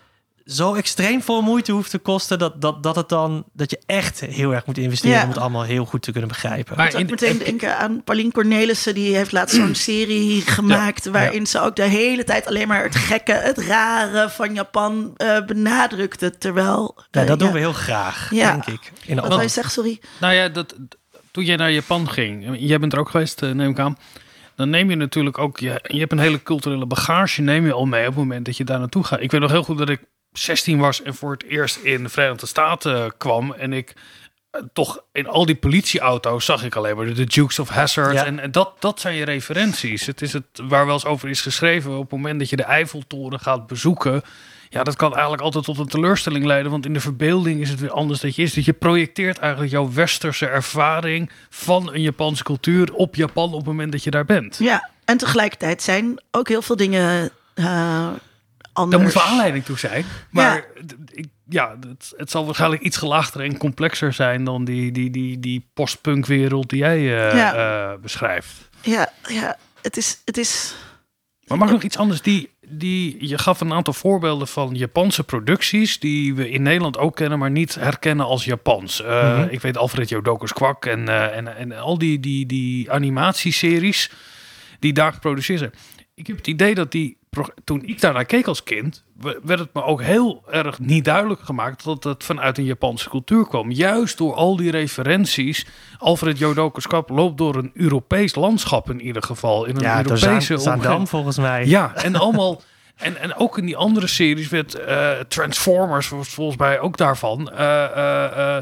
zo extreem veel moeite hoeft te kosten... dat, dat, dat, het dan, dat je echt heel erg moet investeren... Ja. om het allemaal heel goed te kunnen begrijpen. Maar Ik moet ook in- meteen denken aan Paulien Cornelissen. Die heeft laatst zo'n serie gemaakt... Ja, waarin ja. ze ook de hele tijd alleen maar het gekke... het rare van Japan uh, benadrukte. Terwijl... Ja, uh, dat doen ja. we heel graag, Ja. denk ik. In Wat alle... wil je zeggen, sorry? Nou ja, dat, toen jij naar Japan ging, jij bent er ook geweest, eh, neem ik aan. Dan neem je natuurlijk ook, je, je hebt een hele culturele bagage, neem je al mee op het moment dat je daar naartoe gaat. Ik weet nog heel goed dat ik zestien was en voor het eerst in de Verenigde Staten kwam. En ik eh, toch in al die politieauto's zag ik alleen maar de Dukes of Hazzard. Ja. En, en dat, dat zijn je referenties. Het is het waar wel eens over is geschreven. Op het moment dat je de Eiffeltoren gaat bezoeken. Ja, dat kan eigenlijk altijd tot een teleurstelling leiden. Want in de verbeelding is het weer anders dat je is. Dus je projecteert eigenlijk jouw westerse ervaring van een Japanse cultuur op Japan op het moment dat je daar bent. Ja, en tegelijkertijd zijn ook heel veel dingen uh, anders. Daar moet wel aanleiding toe zijn. Maar ja, d- ik, ja het, het zal waarschijnlijk iets gelaagder en complexer zijn dan die, die, die, die post-punk-wereld die jij uh, Ja. uh, beschrijft. Ja, ja het, is, het is... Maar mag nog iets anders? Die, die, je gaf een aantal voorbeelden van Japanse producties die we in Nederland ook kennen, maar niet herkennen als Japans. Uh, Mm-hmm. Ik weet Alfred Jodokus Kwak en, uh, en, en al die, die, die animatieseries die daar geproduceerd zijn. Ik heb het idee dat die, toen ik daarnaar keek als kind, werd het me ook heel erg niet duidelijk gemaakt dat het vanuit een Japanse cultuur kwam. Juist door al die referenties. Alfred Jodokus Kwak loopt door een Europees landschap in ieder geval. In een Ja, door Europese Zaan- Zaandam omgeving. volgens mij. Ja, en allemaal. En, en ook in die andere series werd uh, Transformers was volgens mij ook daarvan. Uh, uh, uh,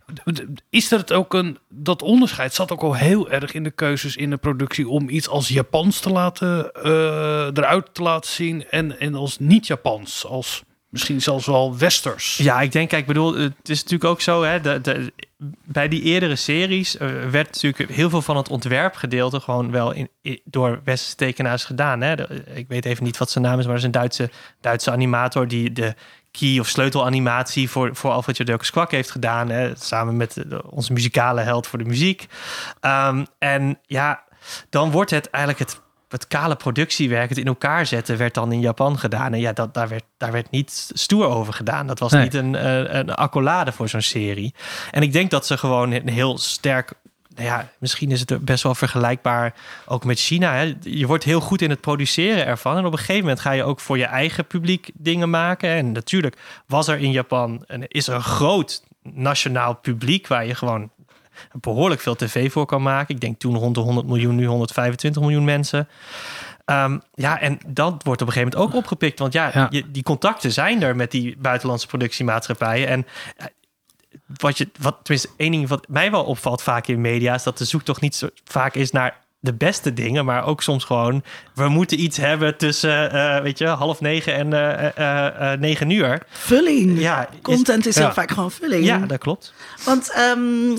is er het ook een dat onderscheid zat ook al heel erg in de keuzes in de productie om iets als Japans te laten uh, eruit te laten zien en en als niet Japans, als misschien zelfs wel westers. Ja, ik denk, kijk, ik bedoel, het is natuurlijk ook zo, hè, de, de, bij die eerdere series uh, werd natuurlijk heel veel van het ontwerpgedeelte gewoon wel in, in, door westerse tekenaars gedaan. Hè. De, ik weet even niet wat zijn naam is, maar er is een Duitse, Duitse animator die de key- of sleutelanimatie voor, voor Alfred Jodokus Kwak heeft gedaan. Hè, samen met de, onze muzikale held voor de muziek. Um, en ja, dan wordt het eigenlijk het het kale productiewerk, het in elkaar zetten, werd dan in Japan gedaan. En ja, dat, daar, werd, daar werd niet stoer over gedaan. Dat was Nee. niet een, een, een accolade voor zo'n serie. En ik denk dat ze gewoon een heel sterk... Nou ja, misschien is het best wel vergelijkbaar ook met China. Hè. Je wordt heel goed in het produceren ervan. En op een gegeven moment ga je ook voor je eigen publiek dingen maken. En natuurlijk was er in Japan... en is er een groot nationaal publiek waar je gewoon behoorlijk veel tv voor kan maken. Ik denk toen rond de honderd miljoen, nu honderdvijfentwintig miljoen mensen. Um, ja, en dat wordt op een gegeven moment ook opgepikt. Want ja, Ja. Je, die contacten zijn er met die buitenlandse productiemaatschappijen. En uh, wat je, wat, tenminste, één ding wat mij wel opvalt vaak in media, is dat de zoektocht niet zo vaak is naar de beste dingen, maar ook soms gewoon, we moeten iets hebben tussen, uh, weet je, half negen en uh, uh, uh, negen uur. Vulling. Ja, Content is ja. heel vaak gewoon vulling. Ja, dat klopt. Want um,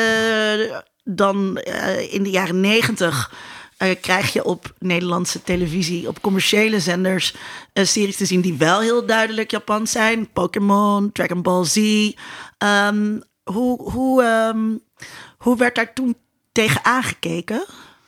uh, dan uh, in de jaren negentig uh, krijg je op Nederlandse televisie, op commerciële zenders, uh, series te zien die wel heel duidelijk Japans zijn. Pokémon, Dragon Ball Z. Um, hoe, hoe, um, hoe werd daar toen tegen aangekeken?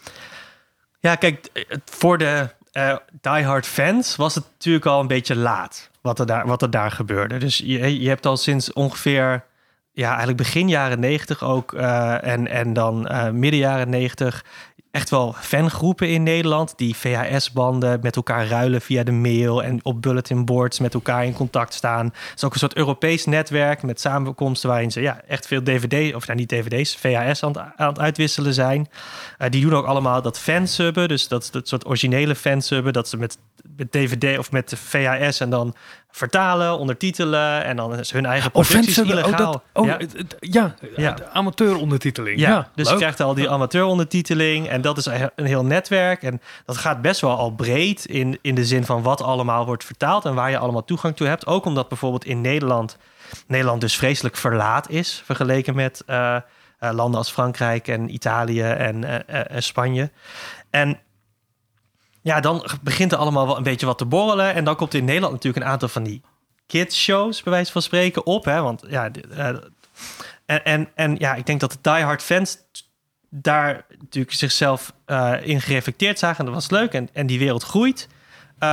Ja, kijk, voor de uh, diehard fans was het natuurlijk al een beetje laat wat er daar, wat er daar gebeurde. Dus je, je hebt al sinds ongeveer, ja, eigenlijk begin jaren negentig ook uh, en, en dan uh, midden jaren negentig echt wel fangroepen in Nederland die V H S-banden met elkaar ruilen via de mail en op bulletin boards met elkaar in contact staan. Het is ook een soort Europees netwerk met samenkomsten waarin ze ja, echt veel D V D, of nou niet D V D's, V H S aan het, aan het uitwisselen zijn. Uh, die doen ook allemaal dat fansubben, dus dat, dat soort originele fansubben, dat ze met, met D V D of met de V H S en dan vertalen, ondertitelen en dan is hun eigen Oh, producties fans hebben- illegaal. oh, dat, oh, ja. het- het- ja, Ja. de amateurondertiteling. Ja, Ja, dus leuk. je krijgt al die amateurondertiteling en dat is een heel netwerk. En dat gaat best wel al breed in, in de zin van wat allemaal wordt vertaald en waar je allemaal toegang toe hebt. Ook omdat bijvoorbeeld in Nederland, Nederland dus vreselijk verlaat is vergeleken met uh, uh, landen als Frankrijk en Italië en, uh, uh, en Spanje. En ja, dan begint er allemaal wel een beetje wat te borrelen. En dan komt in Nederland natuurlijk een aantal van die kids-shows, bij wijze van spreken, op. Hè? Want ja, uh, en, en, en ja, ik denk dat de diehard fans daar natuurlijk zichzelf uh, in gereflecteerd zagen. En dat was leuk. En, en die wereld groeit. Um,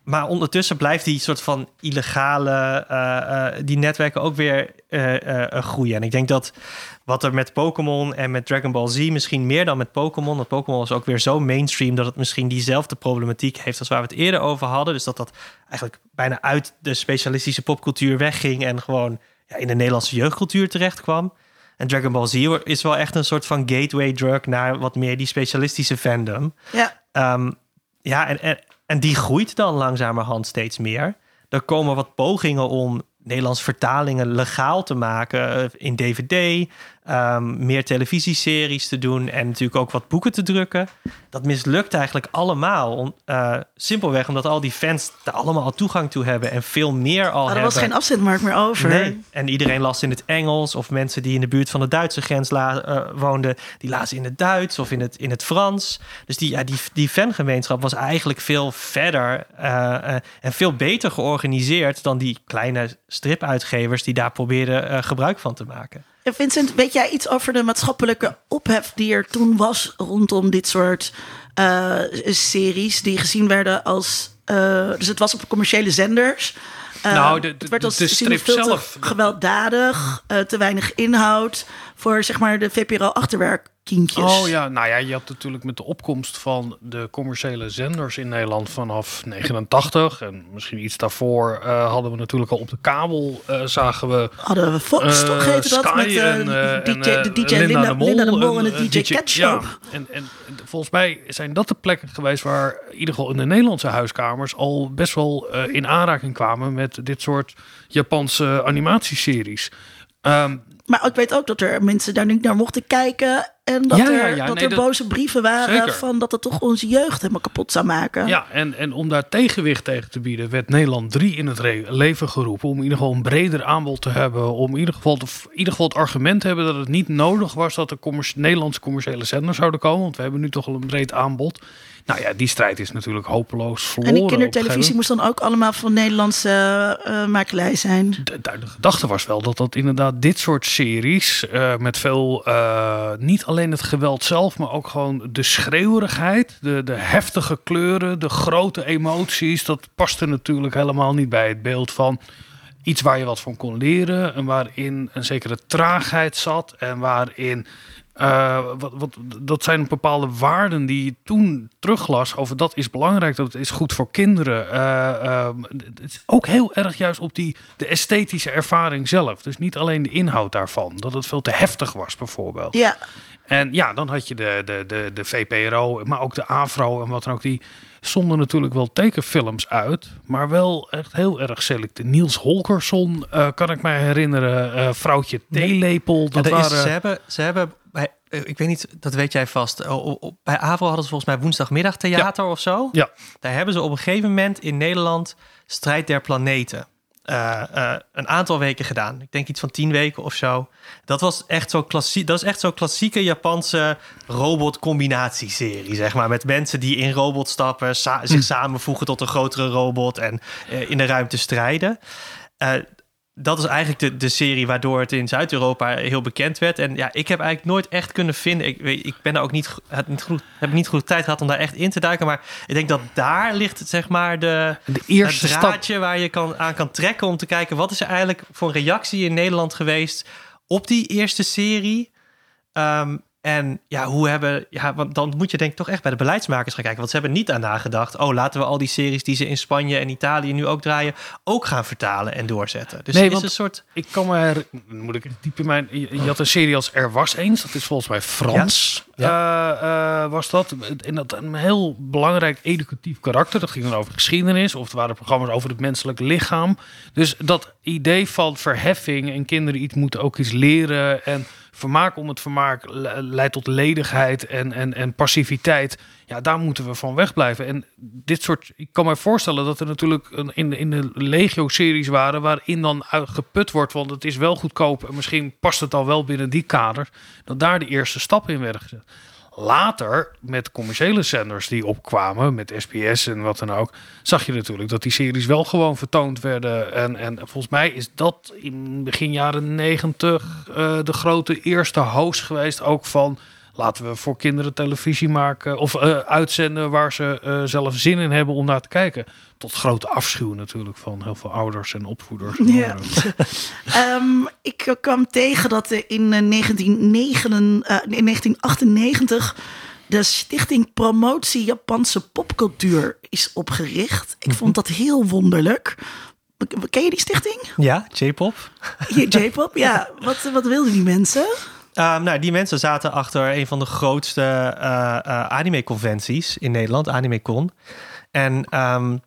maar ondertussen blijft die soort van illegale... Uh, uh, die netwerken ook weer uh, uh, uh, groeien. En ik denk dat wat er met Pokémon en met Dragon Ball Z... misschien meer dan met Pokémon... want Pokémon is ook weer zo mainstream... dat het misschien diezelfde problematiek heeft... als waar we het eerder over hadden. Dus dat dat eigenlijk bijna uit de specialistische popcultuur wegging... en gewoon ja, in de Nederlandse jeugdcultuur terecht kwam. En Dragon Ball Z is wel echt een soort van gateway drug... naar wat meer die specialistische fandom. Ja, um, ja en, en, en die groeit dan langzamerhand steeds meer. Er komen wat pogingen om Nederlands vertalingen legaal te maken in D V D... Um, meer televisieseries te doen en natuurlijk ook wat boeken te drukken. Dat mislukt eigenlijk allemaal. Om, uh, simpelweg omdat al die fans daar allemaal al toegang toe hebben... en veel meer al oh, er hebben. was geen afzetmarkt meer over. Nee. En iedereen las in het Engels... of mensen die in de buurt van de Duitse grens la- uh, woonden... die lazen in het Duits of in het, in het Frans. Dus die, ja, die, die fangemeenschap was eigenlijk veel verder... Uh, uh, en veel beter georganiseerd... dan die kleine stripuitgevers... die daar probeerden uh, gebruik van te maken. En Vincent, weet jij iets over de maatschappelijke ophef die er toen was rondom dit soort uh, series die gezien werden als... Uh, dus het was op commerciële zenders. Uh, nou, de, de, het werd als de strip veel zelf. te gewelddadig, uh, te weinig inhoud voor zeg maar de V P R O-achterwerkkindjes. Oh ja, nou ja, je had natuurlijk met de opkomst van de commerciële zenders in Nederland vanaf negenentachtig en misschien iets daarvoor uh, hadden we natuurlijk al op de kabel uh, zagen we hadden we Fox uh, toch heette dat Sky met uh, en, uh, D J, en, uh, de D J Linda, Linda de Mol, Linda de Mol en de een, D J Cat Show. Ja, en, en volgens mij zijn dat de plekken geweest waar in ieder geval in de Nederlandse huiskamers al best wel uh, in aanraking kwamen met dit soort Japanse animatieseries. Um, Maar ik weet ook dat er mensen daar niet naar mochten kijken. En dat ja, er, ja, ja, dat nee, er dat, boze brieven waren zeker. van dat het toch onze jeugd helemaal kapot zou maken. Ja, en, en om daar tegenwicht tegen te bieden, werd Nederland drie in het re- leven geroepen. Om in ieder geval een breder aanbod te hebben. Om in ieder geval, te, in ieder geval het argument te hebben dat het niet nodig was dat er commerci- Nederlandse commerciële zenders zouden komen. Want we hebben nu toch al een breed aanbod. Nou ja, die strijd is natuurlijk hopeloos verloren. En die kindertelevisie moest dan ook allemaal van Nederlandse uh, makelij zijn. De, de, de gedachte was wel dat dat inderdaad dit soort series... Uh, met veel, uh, niet alleen het geweld zelf... maar ook gewoon de schreeuwerigheid... De, de heftige kleuren, de grote emoties... dat paste natuurlijk helemaal niet bij het beeld van... iets waar je wat van kon leren... en waarin een zekere traagheid zat... en waarin... Uh, wat, wat, dat zijn bepaalde waarden die je toen teruglas over dat is belangrijk, dat is goed voor kinderen. Uh, uh, het is ook heel erg juist op die, de esthetische ervaring zelf. Dus niet alleen de inhoud daarvan. Dat het veel te heftig was bijvoorbeeld. Ja. En ja, dan had je de, de, de, de V P R O, maar ook de AVRO en wat dan ook. Die zonden natuurlijk wel tekenfilms uit, maar wel echt heel erg selectief. Niels Holgersson, uh, kan ik mij herinneren. Uh, Vrouwtje Theelepel. Dat ja, waren... is, ze hebben... Ze hebben bij, ik weet niet, dat weet jij vast. Bij AVRO hadden ze volgens mij woensdagmiddag theater ja. of zo. Ja. Daar hebben ze op een gegeven moment in Nederland Strijd der Planeten. Uh, uh, een aantal weken gedaan. Ik denk iets van tien weken of zo. Dat was echt zo klassiek. Dat is echt zo'n klassieke Japanse robot-combinatieserie, zeg maar. Met mensen die in robot stappen, sa- zich hm. samenvoegen tot een grotere robot en uh, in de ruimte strijden. Uh, dat is eigenlijk de, de serie waardoor het in Zuid-Europa heel bekend werd. En ja, ik heb eigenlijk nooit echt kunnen vinden. Ik, ik ben daar ook niet, heb niet goed, heb niet goed tijd gehad om daar echt in te duiken. Maar ik denk dat daar ligt zeg maar de, de eerste het draadje stap waar je kan, aan kan trekken om te kijken wat is er eigenlijk voor een reactie in Nederland geweest op die eerste serie. Um, En ja, hoe hebben, ja, want dan moet je denk ik toch echt bij de beleidsmakers gaan kijken. Want ze hebben niet aan nagedacht. Oh, laten we al die series die ze in Spanje en Italië nu ook draaien, ook gaan vertalen en doorzetten. Dus nee, het is want een soort. Ik kan me her... moet ik diep in mijn. Je had een serie als Er Was Eens. Dat is volgens mij Frans. Ja. Ja. Uh, uh, was dat. En dat een heel belangrijk educatief karakter. Dat ging dan over geschiedenis. Of het waren programma's over het menselijk lichaam. Dus dat idee van verheffing en kinderen iets moeten ook iets leren en vermaak om het vermaak leidt tot ledigheid en, en, en passiviteit. Ja, daar moeten we van wegblijven. En dit soort, ik kan me voorstellen dat er natuurlijk een, in, de, in de Legio-series waren waarin dan uitgeput wordt, want het is wel goedkoop en misschien past het al wel binnen die kader, dat daar de eerste stappen in werden gezet. Later, met commerciële zenders die opkwamen, met S B S en wat dan ook, zag je natuurlijk dat die series wel gewoon vertoond werden. En, en volgens mij is dat in begin jaren negentig uh, de grote eerste host geweest, ook van laten we voor kinderen televisie maken of uh, uitzenden waar ze uh, zelf zin in hebben om naar te kijken. Tot grote afschuw natuurlijk van heel veel ouders en opvoeders. En ja. um, ik kwam tegen dat er in, uh, negentien negen, uh, in negentien achtennegentig de Stichting Promotie Japanse Popcultuur is opgericht. Ik vond dat heel wonderlijk. Ken je die stichting? Ja, J-pop. J-pop, ja. Wat, wat wilden die mensen? Um, nou, die mensen zaten achter een van de grootste uh, uh, anime-conventies in Nederland, AnimeCon. En, um,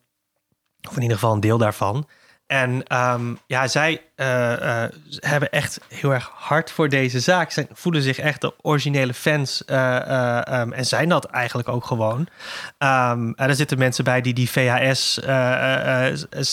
of in ieder geval een deel daarvan. En um, ja, zij uh, uh, hebben echt heel erg hard voor deze zaak. Ze voelen zich echt de originele fans uh, uh, um, en zijn dat eigenlijk ook gewoon. Um, er zitten mensen bij die die V H S uh, uh,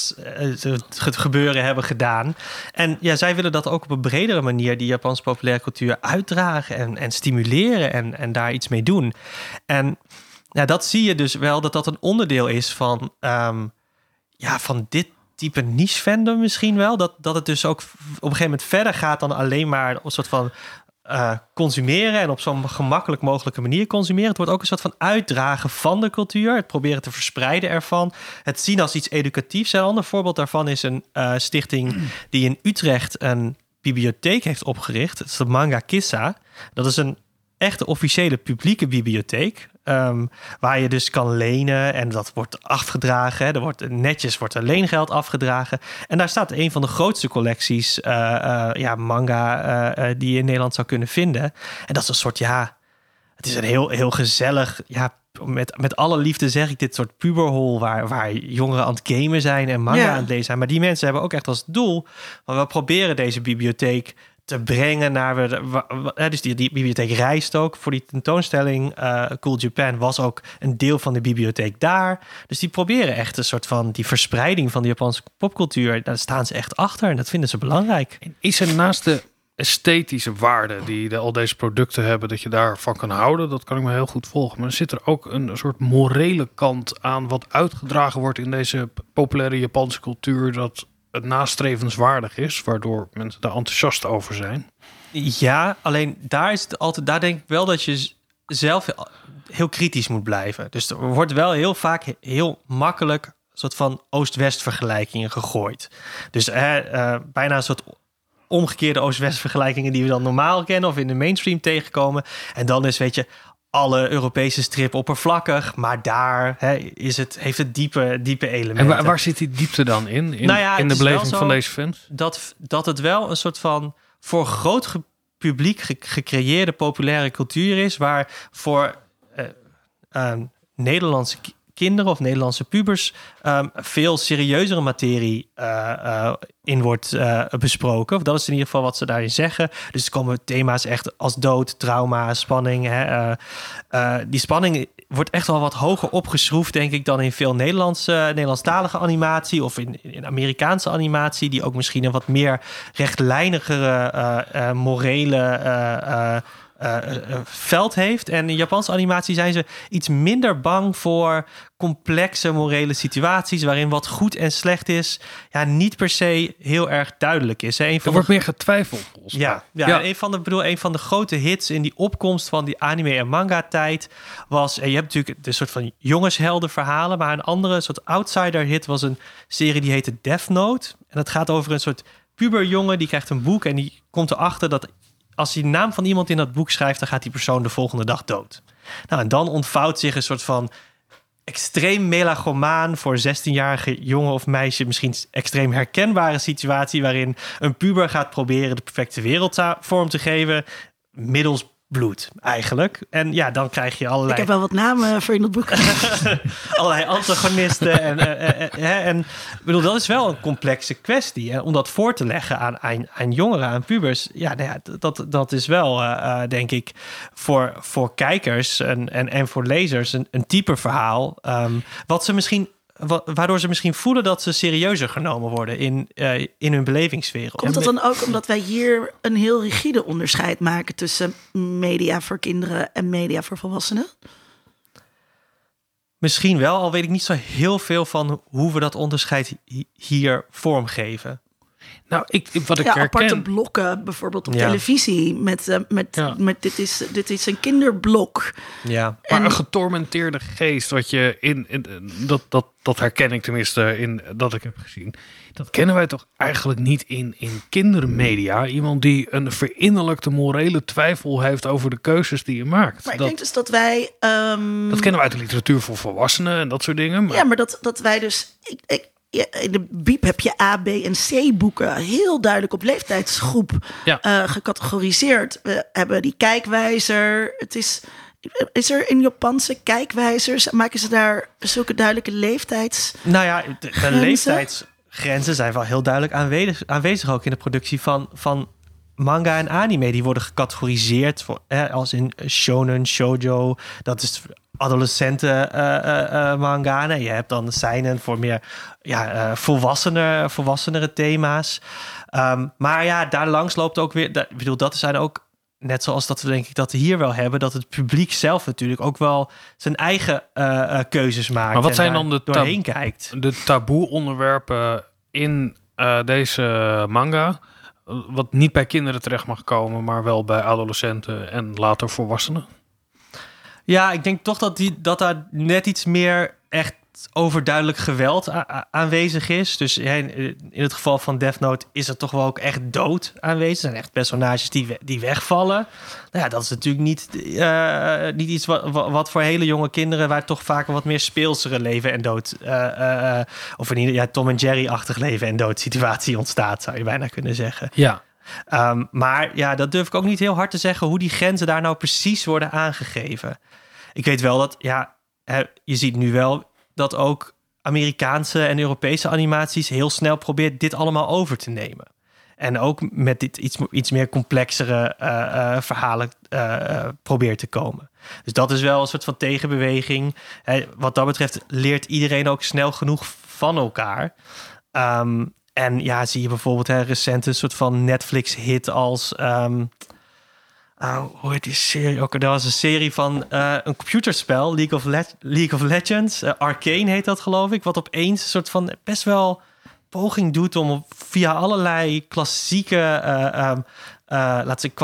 uh, uh, het gebeuren hebben gedaan. En ja, zij willen dat ook op een bredere manier, die Japanse populaire cultuur, uitdragen en, en stimuleren en, en daar iets mee doen. En ja, dat zie je dus wel, dat dat een onderdeel is van, um, ja, van dit type niche fandom misschien wel. Dat, dat het dus ook op een gegeven moment verder gaat dan alleen maar een soort van uh, consumeren en op zo'n gemakkelijk mogelijke manier consumeren. Het wordt ook een soort van uitdragen van de cultuur. Het proberen te verspreiden ervan. Het zien als iets educatiefs. Een ander voorbeeld daarvan is een uh, stichting die in Utrecht een bibliotheek heeft opgericht. Het is de Manga Kissa. Dat is een echte officiële publieke bibliotheek. Um, waar je dus kan lenen en dat wordt afgedragen. Er wordt netjes wordt er leengeld afgedragen. En daar staat een van de grootste collecties uh, uh, ja, manga uh, uh, die je in Nederland zou kunnen vinden. En dat is een soort, ja, het is een heel, heel gezellig, ja, met, met alle liefde zeg ik dit soort puberhol waar, waar jongeren aan het gamen zijn en manga ja. aan het lezen zijn. Maar die mensen hebben ook echt als doel, want we proberen deze bibliotheek te brengen naar we, dus die, die bibliotheek reist ook voor die tentoonstelling. Uh, Cool Japan was ook een deel van de bibliotheek daar. Dus die proberen echt een soort van die verspreiding van de Japanse popcultuur. Daar staan ze echt achter en dat vinden ze belangrijk. En is er naast de esthetische waarde die de, al deze producten hebben, dat je daarvan kan houden, dat kan ik me heel goed volgen. Maar er zit er ook een soort morele kant aan wat uitgedragen wordt in deze populaire Japanse cultuur, dat het nastrevenswaardig is, waardoor mensen daar enthousiast over zijn. Ja, alleen daar is het altijd, daar denk ik wel dat je zelf heel kritisch moet blijven. Dus er wordt wel heel vaak heel makkelijk een soort van Oost-West vergelijkingen gegooid. Dus eh, uh, bijna een soort omgekeerde Oost-West vergelijkingen die we dan normaal kennen of in de mainstream tegenkomen. En dan is, weet je, alle Europese strip oppervlakkig, maar daar hè, is het, heeft het diepe, diepe elementen. En waar, waar zit die diepte dan in? In, nou ja, in de beleving van deze fans? Dat, dat het wel een soort van voor groot ge- publiek ge- gecreëerde populaire cultuur is, waar voor uh, uh, Nederlandse k- kinderen of Nederlandse pubers um, veel serieuzere materie uh, uh, in wordt uh, besproken. Of dat is in ieder geval wat ze daarin zeggen. Dus er komen thema's echt als dood, trauma, spanning. Hè. Uh, uh, die spanning wordt echt wel wat hoger opgeschroefd, denk ik, dan in veel Nederlandse, Nederlandstalige animatie of in, in Amerikaanse animatie, die ook misschien een wat meer rechtlijnigere, uh, uh, morele uh, uh, Uh, uh, veld heeft. En in Japanse animatie zijn ze iets minder bang voor complexe morele situaties waarin wat goed en slecht is, ja, niet per se heel erg duidelijk is. Hè. Een van er wordt de... meer getwijfeld. Ja, ja, ja. Een van de, bedoel, een van de grote hits in die opkomst van die anime en manga tijd was, en je hebt natuurlijk de soort van jongensheldenverhalen, maar een andere soort outsider hit was een serie die heette Death Note. En dat gaat over een soort puberjongen die krijgt een boek en die komt erachter dat als hij de naam van iemand in dat boek schrijft, dan gaat die persoon de volgende dag dood. Nou, en dan ontvouwt zich een soort van extreem melanchomaan voor zestienjarige jongen of meisje, misschien extreem herkenbare situatie waarin een puber gaat proberen de perfecte wereld vorm te geven, middels bloed eigenlijk. En ja, dan krijg je allerlei... Ik heb wel wat namen voor in het boek. allerlei antagonisten. En, uh, uh, uh, en bedoel, dat is wel een complexe kwestie. Hè? Om dat voor te leggen aan, aan, aan jongeren, aan pubers. Ja, nou ja dat, dat is wel, uh, uh, denk ik, voor, voor kijkers en, en, en voor lezers een, een type verhaal. Um, wat ze misschien... waardoor ze misschien voelen dat ze serieuzer genomen worden in, uh, in hun belevingswereld. Komt dat dan ook omdat wij hier een heel rigide onderscheid maken tussen media voor kinderen en media voor volwassenen? Misschien wel, al weet ik niet zo heel veel van hoe we dat onderscheid hier vormgeven. Nou, ik, wat ik ja, herken... aparte blokken, bijvoorbeeld op Ja. televisie. Met, uh, met, Ja. met dit, is, dit is een kinderblok. Ja. Maar En- een getormenteerde geest, wat je in, in dat, dat, dat herken ik tenminste in dat ik heb gezien. Dat kennen wij toch eigenlijk niet in, in kindermedia. Iemand die een verinnerlijkte morele twijfel heeft over de keuzes die je maakt. Maar ik dat, denk dus dat wij... Um, dat kennen we uit de literatuur voor volwassenen en dat soort dingen. Maar Ja, maar dat, dat wij dus... Ik, ik, ja, in de Biep heb je A, B en C boeken heel duidelijk op leeftijdsgroep Ja. uh, gecategoriseerd. We hebben die kijkwijzer. Het is... Is er in Japanse kijkwijzers, maken ze daar zulke duidelijke leeftijds... Nou ja, de, de Grenzen? leeftijdsgrenzen zijn wel heel duidelijk aanwezig, aanwezig ook in de productie van, van manga en anime. Die worden gecategoriseerd voor, eh, als in shonen, shoujo. Dat is adolescenten uh, uh, uh, manga. Nee, je hebt dan seinen voor meer ja, uh, volwassener, volwassenere thema's. Um, maar ja, daar langs loopt ook weer... Ik bedoel, dat zijn ook... Net zoals dat we denk ik dat we hier wel hebben, dat het publiek zelf natuurlijk ook wel zijn eigen uh, uh, keuzes maakt. Maar wat en zijn daar dan de doorheen tab- kijkt? de taboe onderwerpen in uh, deze manga, uh, wat niet bij kinderen terecht mag komen, maar wel bij adolescenten en later volwassenen? Ja, ik denk toch dat, die, dat daar net iets meer echt overduidelijk geweld a- a- aanwezig is. Dus ja, in, in het geval van Death Note is er toch wel ook echt dood aanwezig. Er zijn echt personages die, we, die wegvallen. Nou ja, dat is natuurlijk niet, uh, niet iets wat, wat voor hele jonge kinderen, waar toch vaak een wat meer speelsere leven en dood, uh, uh, of in ieder ja, Tom en Jerry-achtig leven en dood situatie ontstaat, zou je bijna kunnen zeggen. Ja. Um, maar ja, dat durf ik ook niet heel hard te zeggen hoe die grenzen daar nou precies worden aangegeven. Ik weet wel dat, ja, je ziet nu wel dat ook Amerikaanse en Europese animaties heel snel probeert dit allemaal over te nemen. En ook met dit iets, iets meer complexere uh, uh, verhalen uh, probeert te komen. Dus dat is wel een soort van tegenbeweging. Hey, wat dat betreft leert iedereen ook snel genoeg van elkaar. Um, en ja, zie je bijvoorbeeld een recente soort van Netflix-hit als... Um, Oh, hoe heet die serie ook? Dat was een serie van uh, een computerspel, League of, Le- League of Legends. Uh, Arcane heet dat, geloof ik. Wat opeens een soort van best wel poging doet om via allerlei klassieke uh, um, uh, laten we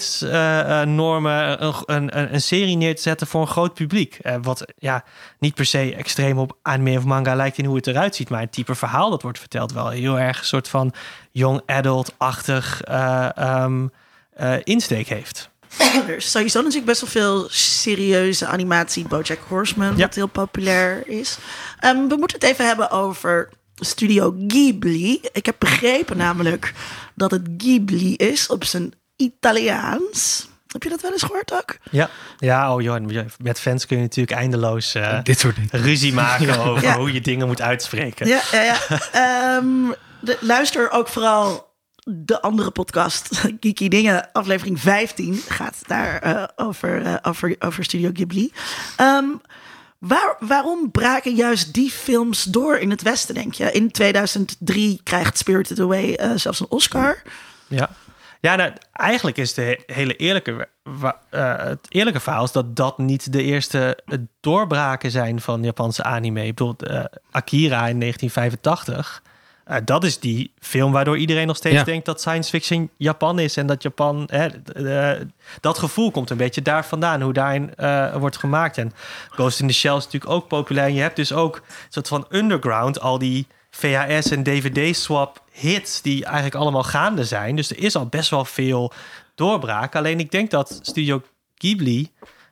kwaliteitsnormen uh, uh, een, een, een serie neer te zetten voor een groot publiek. Uh, wat ja, niet per se extreem op anime of manga lijkt in hoe het eruit ziet, maar het type verhaal dat wordt verteld wel heel erg een soort van young adult-achtig uh, um, Uh, insteek heeft. Er is sowieso natuurlijk best wel veel serieuze animatie. BoJack Horseman, Ja. wat heel populair is. Um, we moeten het even hebben over Studio Ghibli. Ik heb begrepen namelijk dat het Ghibli is op zijn Italiaans. Heb je dat wel eens gehoord ook? Ja, ja oh joh, met fans kun je natuurlijk eindeloos uh, Dit soort dingen. ruzie maken over Ja. hoe je dingen moet uitspreken. Ja, ja, ja. Um, de, luister ook vooral de andere podcast, Geeky Dingen, aflevering vijftien, gaat daar uh, over, uh, over, over Studio Ghibli. Um, waar, waarom braken juist die films door in het Westen, denk je? In tweeduizend drie krijgt Spirited Away uh, zelfs een Oscar. Ja, ja nou, eigenlijk is de hele eerlijke, uh, het eerlijke verhaal is dat dat niet de eerste doorbraken zijn van Japanse anime. Ik bedoel, uh, Akira in negentien vijfentachtig... Uh, dat is die film waardoor iedereen nog steeds Ja. denkt dat science fiction Japan is. En dat Japan, hè, uh, dat gevoel komt een beetje daar vandaan, hoe daarin uh, wordt gemaakt. En Ghost in the Shell is natuurlijk ook populair. En je hebt dus ook een soort van underground, al die V H S en D V D-swap hits die eigenlijk allemaal gaande zijn. Dus er is al best wel veel doorbraak. Alleen ik denk dat Studio Ghibli,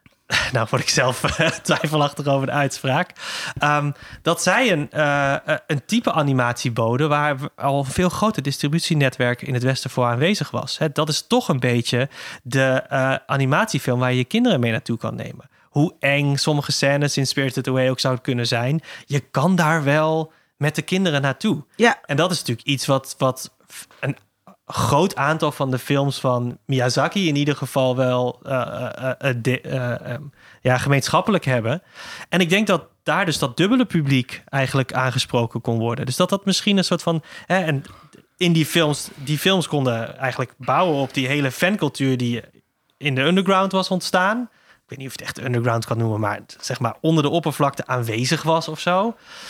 nou word ik zelf uh, twijfelachtig over de uitspraak, Um, dat zij een, uh, een type animatie boden waar al een veel groter distributienetwerk in het Westen voor aanwezig was. He, dat is toch een beetje de uh, animatiefilm waar je je kinderen mee naartoe kan nemen. Hoe eng sommige scènes in Spirited Away ook zouden kunnen zijn, je kan daar wel met de kinderen naartoe. Ja. En dat is natuurlijk iets wat, wat een groot aantal van de films van Miyazaki in ieder geval wel uh, uh, uh, de, uh, um, ja, gemeenschappelijk hebben. En ik denk dat daar dus dat dubbele publiek eigenlijk aangesproken kon worden. Dus dat dat misschien een soort van... Hè, en in die films, die films konden eigenlijk bouwen op die hele fancultuur die in de underground was ontstaan. Ik weet niet of je het echt underground kan noemen, maar zeg maar onder de oppervlakte aanwezig was of zo.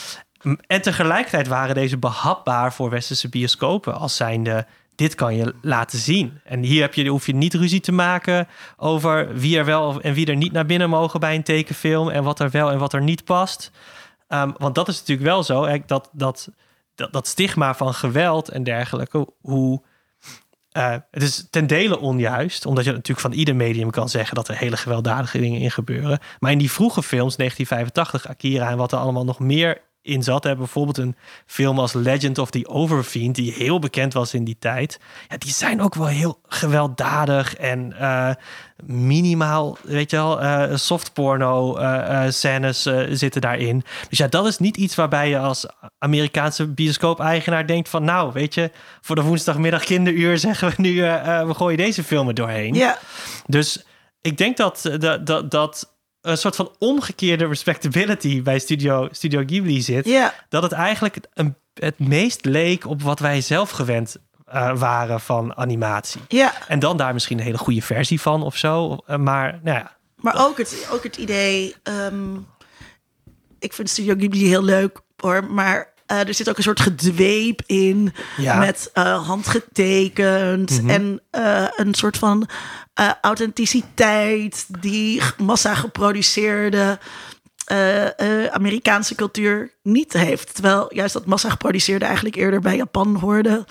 En tegelijkertijd waren deze behapbaar voor westerse bioscopen als zijnde, dit kan je laten zien. En hier heb je, hoef je niet ruzie te maken over wie er wel en wie er niet naar binnen mogen bij een tekenfilm en wat er wel en wat er niet past. Um, want dat is natuurlijk wel zo, hè, dat, dat, dat, dat stigma van geweld en dergelijke, hoe uh, het is ten dele onjuist, omdat je natuurlijk van ieder medium kan zeggen dat er hele gewelddadige dingen in gebeuren. Maar in die vroege films, negentien vijfentachtig, Akira en wat er allemaal nog meer in zat. Hebben bijvoorbeeld een film als Legend of the Overfiend, die heel bekend was in die tijd. Ja, die zijn ook wel heel gewelddadig en uh, minimaal, weet je wel, uh, softporno uh, uh, scènes uh, zitten daarin. Dus ja, dat is niet iets waarbij je als Amerikaanse bioscoop-eigenaar denkt van, nou, weet je, voor de woensdagmiddag kinderuur zeggen we nu, uh, uh, we gooien deze filmen doorheen. Ja. Dus ik denk dat dat, dat, dat een soort van omgekeerde respectability bij Studio, Studio Ghibli zit. Ja. Dat het eigenlijk een, het meest leek op wat wij zelf gewend uh, waren van animatie. Ja. En dan daar misschien een hele goede versie van of zo. Uh, maar nou ja. Maar ook het, ook het idee... Um, ik vind Studio Ghibli heel leuk, hoor. Maar uh, er zit ook een soort gedweep in. Ja. Met uh, handgetekend. Mm-hmm. En uh, een soort van uh, authenticiteit die massa geproduceerde uh, uh, Amerikaanse cultuur niet heeft. Terwijl juist dat massa geproduceerde eigenlijk eerder bij Japan hoorde.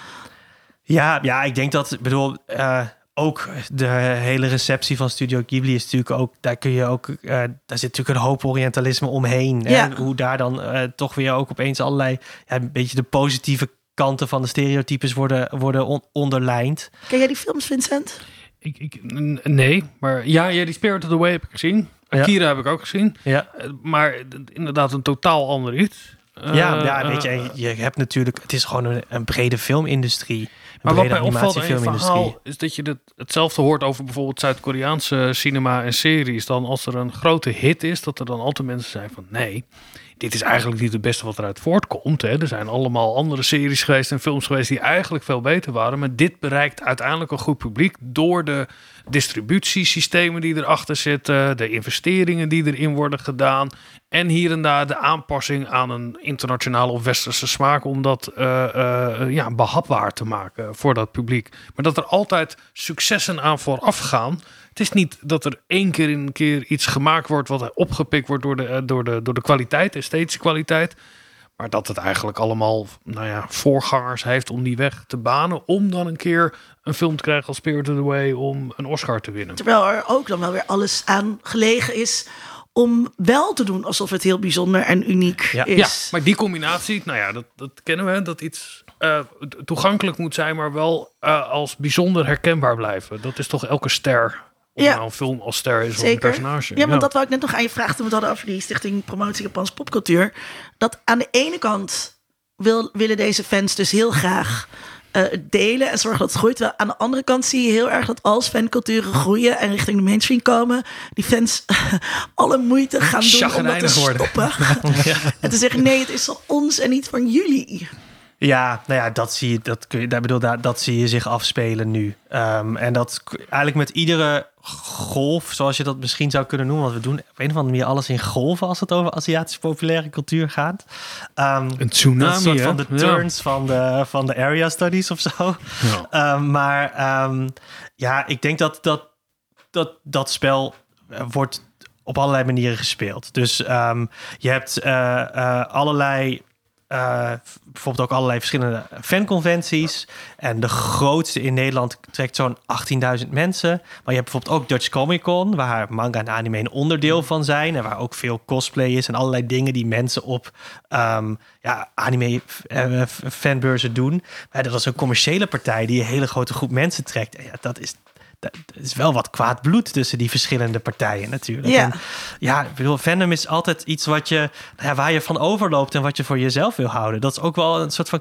Ja, ja, ik denk dat, ik bedoel, uh, ook de hele receptie van Studio Ghibli is natuurlijk ook, daar kun je ook, uh, daar zit natuurlijk een hoop Orientalisme omheen. Ja. En hoe daar dan uh, toch weer ook opeens allerlei, ja, een beetje de positieve kanten van de stereotypes worden, worden on- onderlijnd. Ken jij die films, Vincent? Ik, ik, nee, maar ja, ja, die Spirited Away heb ik gezien. Akira ja. heb ik ook gezien. Ja. Maar inderdaad een totaal ander iets. Ja, uh, ja, weet je, je hebt natuurlijk, het is gewoon een, een brede filmindustrie. Maar wat mij opvalt in je verhaal is dat je het, hetzelfde hoort over bijvoorbeeld Zuid-Koreaanse cinema en series. Dan als er een grote hit is, dat er dan altijd mensen zijn van nee, dit is eigenlijk niet het beste wat eruit voortkomt. Hè. Er zijn allemaal andere series geweest en films geweest die eigenlijk veel beter waren. Maar dit bereikt uiteindelijk een goed publiek door de distributiesystemen die erachter zitten, de investeringen die erin worden gedaan en hier en daar de aanpassing aan een internationale of westerse smaak om dat uh, uh, ja, behapbaar te maken voor dat publiek. Maar dat er altijd successen aan vooraf gaan. Het is niet dat er één keer in een keer iets gemaakt wordt wat opgepikt wordt door de, door de, door de kwaliteit, de esthetische kwaliteit. Maar dat het eigenlijk allemaal nou ja, voorgangers heeft om die weg te banen. Om dan een keer een film te krijgen als Spirited Away om een Oscar te winnen. Terwijl er ook dan wel weer alles aan gelegen is om wel te doen alsof het heel bijzonder en uniek ja. is. Ja, maar die combinatie, nou ja, dat, dat kennen we. Dat iets uh, toegankelijk moet zijn, maar wel uh, als bijzonder herkenbaar blijven. Dat is toch elke ster. Of ja. nou een film als ster is Zeker. Of een personage. Ja, want ja. dat wou ik net nog aan je vragen toen we het hadden over die Stichting Promotie Japans Popcultuur. Dat aan de ene kant wil, willen deze fans dus heel graag uh, delen en zorgen dat het groeit. Terwijl aan de andere kant zie je heel erg dat als fanculturen groeien en richting de mainstream komen, die fans alle moeite gaan doen om dat te stoppen. Ja. En te zeggen, nee, het is van ons en niet van jullie. Ja, nou ja, dat zie je, dat kun je, daar bedoel, daar, dat zie je zich afspelen nu. Um, en dat eigenlijk met iedere golf, zoals je dat misschien zou kunnen noemen, want we doen op een of andere manier alles in golven als het over Aziatische populaire cultuur gaat. Um, een tsunami, een soort van hè? de turns ja. van de van de area studies of zo. Ja. Um, maar um, ja, ik denk dat dat dat dat spel uh, wordt op allerlei manieren gespeeld. Dus um, je hebt uh, uh, allerlei Uh, bijvoorbeeld ook allerlei verschillende fanconventies. En de grootste in Nederland trekt zo'n achttienduizend mensen. Maar je hebt bijvoorbeeld ook Dutch Comic Con, waar manga en anime een onderdeel van zijn. En waar ook veel cosplay is en allerlei dingen die mensen op um, ja, anime uh, fanbeurzen doen. Maar dat is een commerciële partij die een hele grote groep mensen trekt. En ja, dat is... Er is wel wat kwaad bloed tussen die verschillende partijen natuurlijk. Ja, en, ja ik bedoel, fandom is altijd iets wat je, nou ja, waar je van overloopt en wat je voor jezelf wil houden. Dat is ook wel een soort van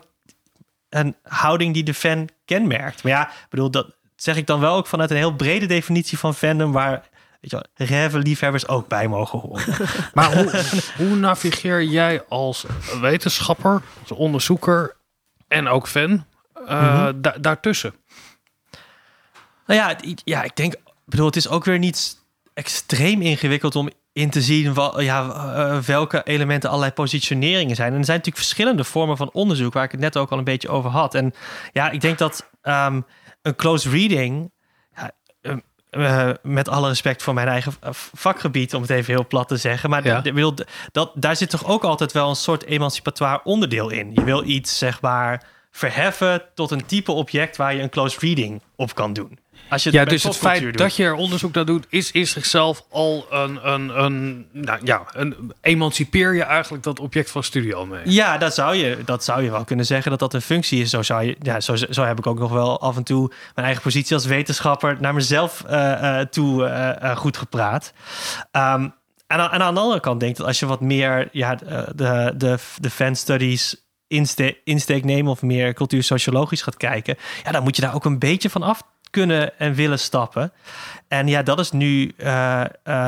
een houding die de fan kenmerkt. Maar ja, ik bedoel, dat zeg ik dan wel ook vanuit een heel brede definitie van fandom, waar weet je wel, rêve-liefhebbers ook bij mogen horen. Maar hoe, hoe navigeer jij als wetenschapper, als onderzoeker en ook fan uh, mm-hmm. da- daartussen? Nou ja, ja, ik denk, bedoel, het is ook weer niet extreem ingewikkeld om in te zien wat, ja, uh, welke elementen allerlei positioneringen zijn. En er zijn natuurlijk verschillende vormen van onderzoek, waar ik het net ook al een beetje over had. En ja, ik denk dat um, een close reading, ja, uh, uh, met alle respect voor mijn eigen vakgebied, om het even heel plat te zeggen, maar ja. d- d- wil, dat, daar zit toch ook altijd wel een soort emancipatoire onderdeel in. Je wil iets, zeg maar, verheffen tot een type object waar je een close reading op kan doen. Als je het Ja, bij dus het popcultuur feit doet. dat je er onderzoek naar doet, is, is zichzelf al een, een, een, nou ja, een, emancipeer je eigenlijk dat object van studie al mee. Ja, dat zou, je, dat zou je wel kunnen zeggen dat dat een functie is. Zo, zou je, ja, zo, zo heb ik ook nog wel af en toe mijn eigen positie als wetenschapper naar mezelf uh, uh, toe uh, uh, goed gepraat. Um, en, en aan de andere kant denk ik dat als je wat meer ja, de, de, de fan studies inste- insteek nemen of meer cultuursociologisch gaat kijken, ja, dan moet je daar ook een beetje van af kunnen en willen stappen. En ja, dat is nu Uh, uh,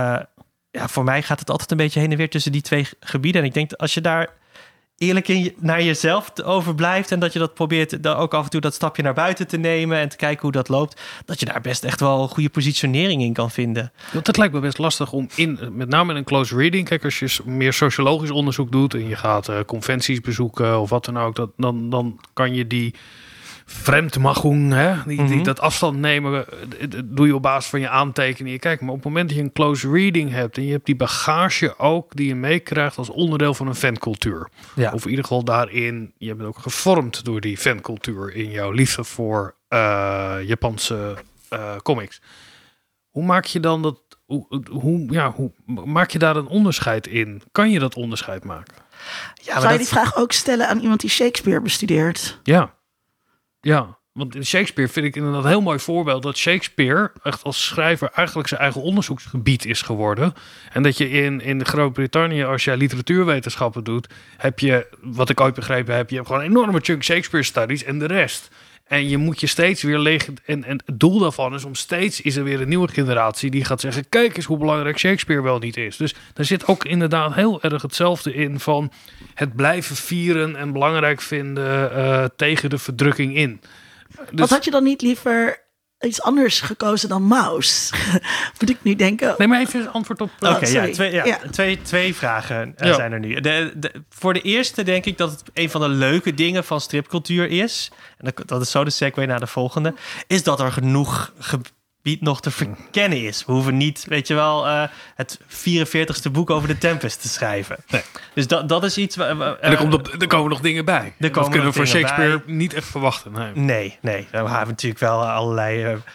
ja, voor mij gaat het altijd een beetje heen en weer tussen die twee gebieden. En ik denk dat als je daar eerlijk in je, naar jezelf over blijft en dat je dat probeert dan ook af en toe dat stapje naar buiten te nemen en te kijken hoe dat loopt, dat je daar best echt wel een goede positionering in kan vinden. Want het lijkt me best lastig om in, met name in een close reading, kijk, als je meer sociologisch onderzoek doet en je gaat uh, conventies bezoeken of wat dan ook, dat, dan, dan kan je die Fremdmachung, hè? Die, Mm-hmm. die, dat afstand nemen, doe je op basis van je aantekeningen. Kijk, maar op het moment dat je een close reading hebt en je hebt die bagage ook die je meekrijgt als onderdeel van een fancultuur. Ja. Of in ieder geval daarin, je bent ook gevormd door die fancultuur in jouw liefde voor uh, Japanse uh, comics. Hoe maak je dan dat, hoe, hoe, ja, hoe maak je daar een onderscheid in? Kan je dat onderscheid maken? Ja, maar Zou je dat, die vraag ook stellen aan iemand die Shakespeare bestudeert? Ja. Ja, want in Shakespeare vind ik inderdaad een heel mooi voorbeeld dat Shakespeare echt als schrijver eigenlijk zijn eigen onderzoeksgebied is geworden. En dat je in, in Groot-Brittannië, als je literatuurwetenschappen doet, heb je, wat ik ooit begrepen heb, je hebt gewoon een enorme chunk Shakespeare studies en de rest. En je moet je steeds weer leeg. En, en het doel daarvan is om steeds is er weer een nieuwe generatie die gaat zeggen: kijk eens hoe belangrijk Shakespeare wel niet is. Dus daar zit ook inderdaad heel erg hetzelfde in van het blijven vieren en belangrijk vinden uh, tegen de verdrukking in. Dus, Wat had je dan niet liever iets anders gekozen dan Maus? Moet ik nu denken? nee, maar even antwoord op. Oké, Oh, ja, sorry. twee, ja, Ja. twee, twee vragen uh, Ja. zijn er nu. De, de, voor de eerste denk ik dat het een van de leuke dingen van stripcultuur is, en dat, dat is zo de segue naar de volgende, is dat er genoeg gebied nog te verkennen is. We hoeven niet, weet je wel, uh, het vierenveertigste boek over de Tempest te schrijven. Nee. Dus dat, dat is iets. Uh, uh, En er, komt op, er komen nog dingen bij. Dat komen kunnen nog we voor dingen Shakespeare niet echt verwachten. Nee. Nee, nee. We hebben natuurlijk wel allerlei uh,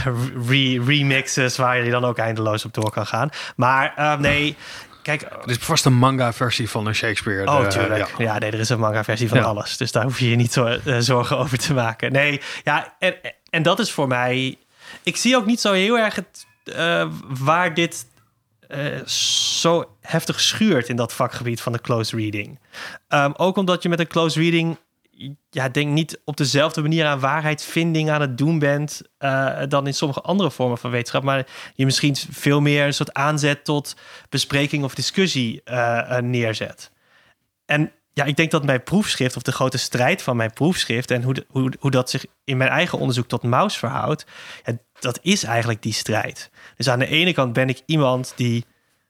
re- remixes waar je dan ook eindeloos op door kan gaan. Maar uh, nee, kijk. Er is vast een manga-versie van een Shakespeare. Oh, de, tuurlijk. ja. Ja. ja, nee, er is een manga-versie van Ja. alles. Dus daar hoef je je niet zo, uh, zorgen over te maken. Nee, ja, en, en dat is voor mij. Ik zie ook niet zo heel erg het, uh, waar dit uh, zo heftig schuurt in dat vakgebied van de close reading. Um, ook omdat je met een close reading, ja, denk niet op dezelfde manier aan waarheidsvinding aan het doen bent uh, dan in sommige andere vormen van wetenschap, maar je misschien veel meer een soort aanzet tot bespreking of discussie uh, uh, neerzet. En ja, ik denk dat mijn proefschrift, of de grote strijd van mijn proefschrift en hoe, de, hoe, hoe dat zich in mijn eigen onderzoek tot Maus verhoudt, ja, dat is eigenlijk die strijd. Dus aan de ene kant ben ik iemand die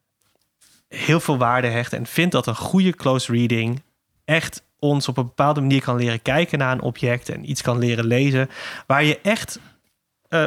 heel veel waarde hecht en vindt dat een goede close reading echt ons op een bepaalde manier kan leren kijken naar een object en iets kan leren lezen, waar je echt uh,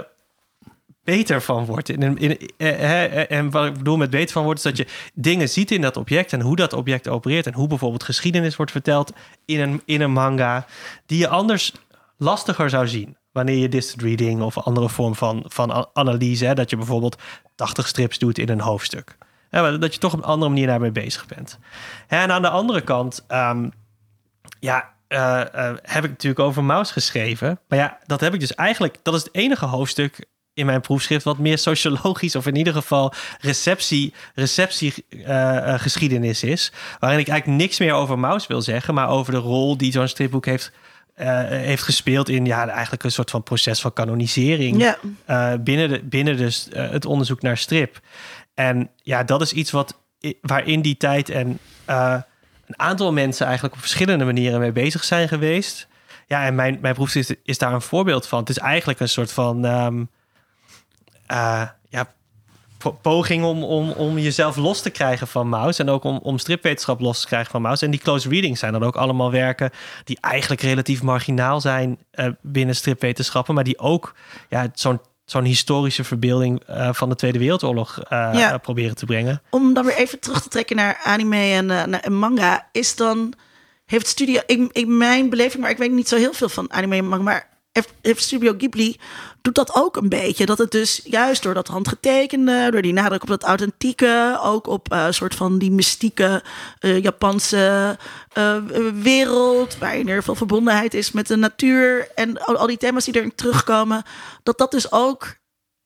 beter van wordt. In, in, in, uh, uh, en wat ik bedoel met beter van wordt, is dat je dingen ziet in dat object en hoe dat object opereert en hoe bijvoorbeeld geschiedenis wordt verteld in een, in een manga, die je anders lastiger zou zien wanneer je distant reading of een andere vorm van, van analyse, hè, dat je bijvoorbeeld tachtig strips doet in een hoofdstuk. Ja, dat je toch op een andere manier daarmee bezig bent. En aan de andere kant, um, ja, uh, uh, heb ik natuurlijk over Maus geschreven. Maar ja, dat heb ik dus eigenlijk, dat is het enige hoofdstuk in mijn proefschrift wat meer sociologisch of in ieder geval receptie, receptie uh, uh, geschiedenis is. Waarin ik eigenlijk niks meer over Maus wil zeggen, maar over de rol die zo'n stripboek heeft Uh, heeft gespeeld in ja, eigenlijk een soort van proces van kanonisering Ja. uh, binnen, de, binnen dus, uh, het onderzoek naar strip. En ja, dat is iets wat waar in die tijd en uh, een aantal mensen eigenlijk op verschillende manieren mee bezig zijn geweest. Ja, en mijn, mijn proefschrift is, is daar een voorbeeld van. Het is eigenlijk een soort van um, uh, ja, poging om, om, om jezelf los te krijgen van Maus. En ook om, om stripwetenschap los te krijgen van Maus. En die close readings zijn dan ook allemaal werken die eigenlijk relatief marginaal zijn uh, binnen stripwetenschappen. Maar die ook ja, zo'n, zo'n historische verbeelding uh, van de Tweede Wereldoorlog uh, ja. uh, proberen te brengen. Om dan weer even terug te trekken naar anime en, uh, naar, en manga. Is dan, heeft Studio, ik, ik, mijn beleving, maar ik weet niet zo heel veel van anime en manga, maar heeft, heeft Studio Ghibli doet dat ook een beetje. Dat het dus juist door dat handgetekende, door die nadruk op dat authentieke, ook op een uh, soort van die mystieke uh, Japanse uh, wereld, waarin er veel verbondenheid is met de natuur en al, al die thema's die erin terugkomen, dat dat dus ook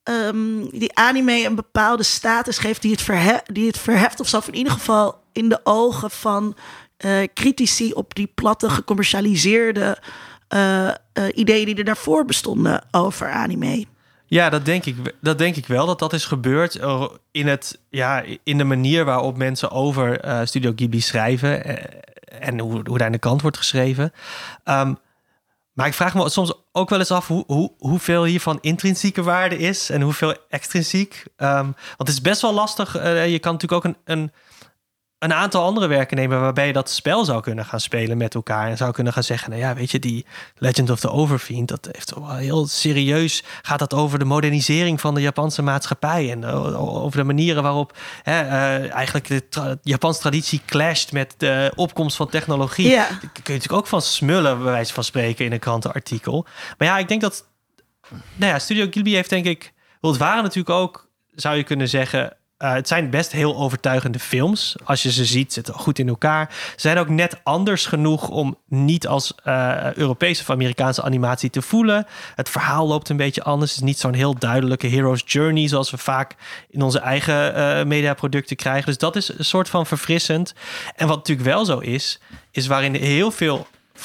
um, die anime een bepaalde status geeft die het, verhe- die het verheft of zo, in ieder geval in de ogen van uh, critici op die platte, gecommercialiseerde Uh, uh, ideeën die er daarvoor bestonden over anime. Ja, dat denk ik, dat denk ik wel, dat dat is gebeurd in, het, ja, in de manier waarop mensen over uh, Studio Ghibli schrijven uh, en hoe, hoe daar aan de kant wordt geschreven. Um, maar ik vraag me soms ook wel eens af hoe, hoe, hoeveel hiervan intrinsieke waarde is en hoeveel extrinsiek. Um, want het is best wel lastig. Uh, je kan natuurlijk ook een... een een aantal andere werken nemen waarbij je dat spel zou kunnen gaan spelen met elkaar en zou kunnen gaan zeggen, nou ja, weet je, die Legend of the Overfiend, dat heeft wel heel serieus, gaat dat over de modernisering van de Japanse maatschappij en over de manieren waarop hè, uh, eigenlijk de tra- Japanse traditie clasht met de opkomst van technologie. Ja. Daar kun je natuurlijk ook van smullen, bij wijze van spreken, in een krantenartikel. Maar ja, ik denk dat, nou ja, Studio Ghibli heeft denk ik, wel, het waren natuurlijk ook, zou je kunnen zeggen, Uh, het zijn best heel overtuigende films. Als je ze ziet, zitten goed in elkaar. Ze zijn ook net anders genoeg om niet als uh, Europese of Amerikaanse animatie te voelen. Het verhaal loopt een beetje anders. Het is niet zo'n heel duidelijke hero's journey zoals we vaak in onze eigen uh, mediaproducten krijgen. Dus dat is een soort van verfrissend. En wat natuurlijk wel zo is, is waarin heel veel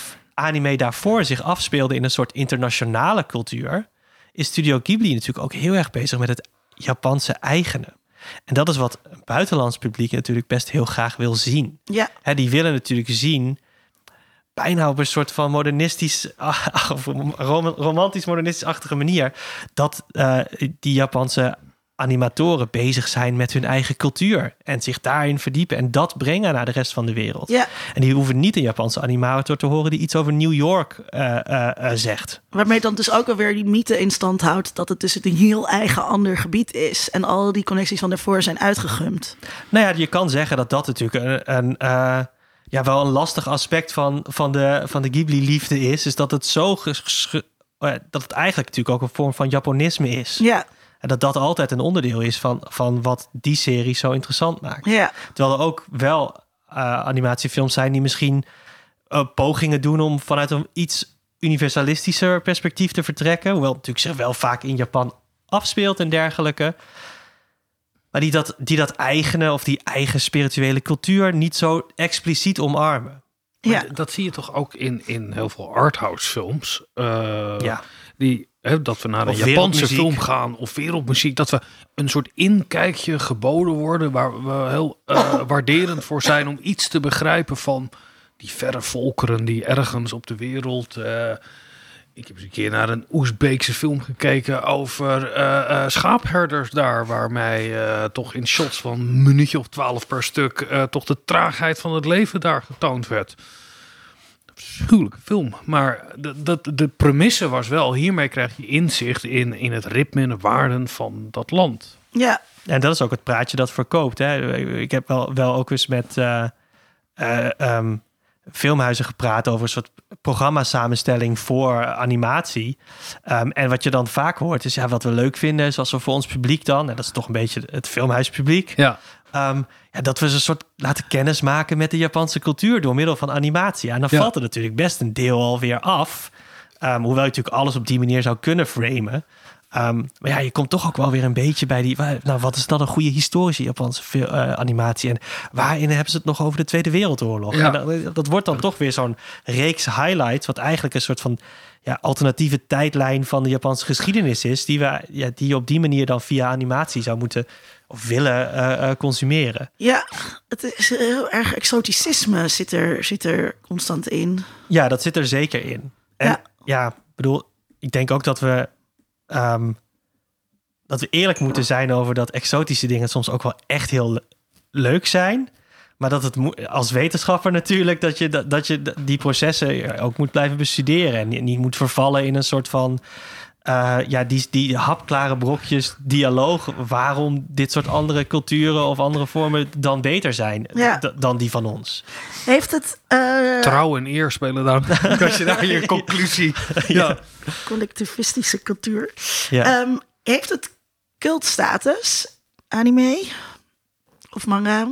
anime daarvoor zich afspeelde in een soort internationale cultuur, is Studio Ghibli natuurlijk ook heel erg bezig met het Japanse eigene. En dat is wat een buitenlands publiek natuurlijk best heel graag wil zien. Ja. He, die willen natuurlijk zien, bijna op een soort van modernistisch, of romantisch-modernistisch-achtige manier, dat uh, die Japanse animatoren bezig zijn met hun eigen cultuur en zich daarin verdiepen en dat brengen naar de rest van de wereld. Ja. En die hoeven niet een Japanse animator te horen die iets over New York uh, uh, uh, zegt. Waarmee dan dus ook alweer die mythe in stand houdt dat het dus een heel eigen ander gebied is en al die connecties van daarvoor zijn uitgegumd. Nou ja, je kan zeggen dat dat natuurlijk een, een uh, ja, wel een lastig aspect van, van de, van de Ghibli-liefde is, is dat het zo ges, ges, uh, dat het eigenlijk natuurlijk ook een vorm van Japonisme is. Ja. En dat dat altijd een onderdeel is van, van wat die serie zo interessant maakt. Ja. Terwijl er ook wel uh, animatiefilms zijn die misschien uh, pogingen doen om vanuit een iets universalistischer perspectief te vertrekken. Hoewel het natuurlijk zich wel vaak in Japan afspeelt en dergelijke. Maar die dat, die dat eigene of die eigen spirituele cultuur niet zo expliciet omarmen. Ja. Dat zie je toch ook in, in heel veel arthouse films. Uh, ja. Die... He, dat we naar een of Japanse film gaan of wereldmuziek. Dat we een soort inkijkje geboden worden waar we heel uh, waarderend voor zijn om iets te begrijpen van die verre volkeren die ergens op de wereld. Uh, ik heb eens een keer naar een Oezbeekse film gekeken over uh, uh, schaapherders daar, waar mij uh, toch in shots van een minuutje of twaalf per stuk uh, toch de traagheid van het leven daar getoond werd. Afschuwelijke film. Maar de, de, de premisse was wel, hiermee krijg je inzicht in, in het ritme en de waarden van dat land. Ja. En dat is ook het praatje dat verkoopt. Hè? Ik heb wel, wel ook eens met uh, uh, um, filmhuizen gepraat over een soort programma-samenstelling voor animatie. Um, en wat je dan vaak hoort is, ja, wat we leuk vinden, zoals we voor ons publiek dan, en dat is toch een beetje het filmhuispubliek. Ja. Um, ja, dat we ze een soort laten kennis maken met de Japanse cultuur door middel van animatie. Ja, en dan ja. valt er natuurlijk best een deel alweer af. Um, hoewel je natuurlijk alles op die manier zou kunnen framen. Um, maar ja, je komt toch ook wel weer een beetje bij die... Nou, wat is dan een goede historische Japanse fil- uh, animatie? En waarin hebben ze het nog over de Tweede Wereldoorlog? Ja. En dat, dat wordt dan toch weer zo'n reeks highlights, wat eigenlijk een soort van ja, alternatieve tijdlijn van de Japanse geschiedenis is, die, we, ja, die je op die manier dan via animatie zou moeten of willen uh, uh, consumeren. Ja, het is heel erg exoticisme zit er, zit er constant in. Ja, dat zit er zeker in. En ja, ja bedoel, ik denk ook dat we... Um, dat we eerlijk moeten zijn over dat exotische dingen soms ook wel echt heel le- leuk zijn. Maar dat het mo- als wetenschapper natuurlijk dat je, dat, dat je die processen ook moet blijven bestuderen. En niet, niet moet vervallen in een soort van uh, ja, die, die hapklare brokjes dialoog. Waarom dit soort andere culturen of andere vormen dan beter zijn Ja. d- dan die van ons. Heeft het uh, Trouw en eer spelen dan. Als je daar je conclusie... Ja. collectivistische cultuur. Ja. Um, heeft het cultstatus, anime of manga?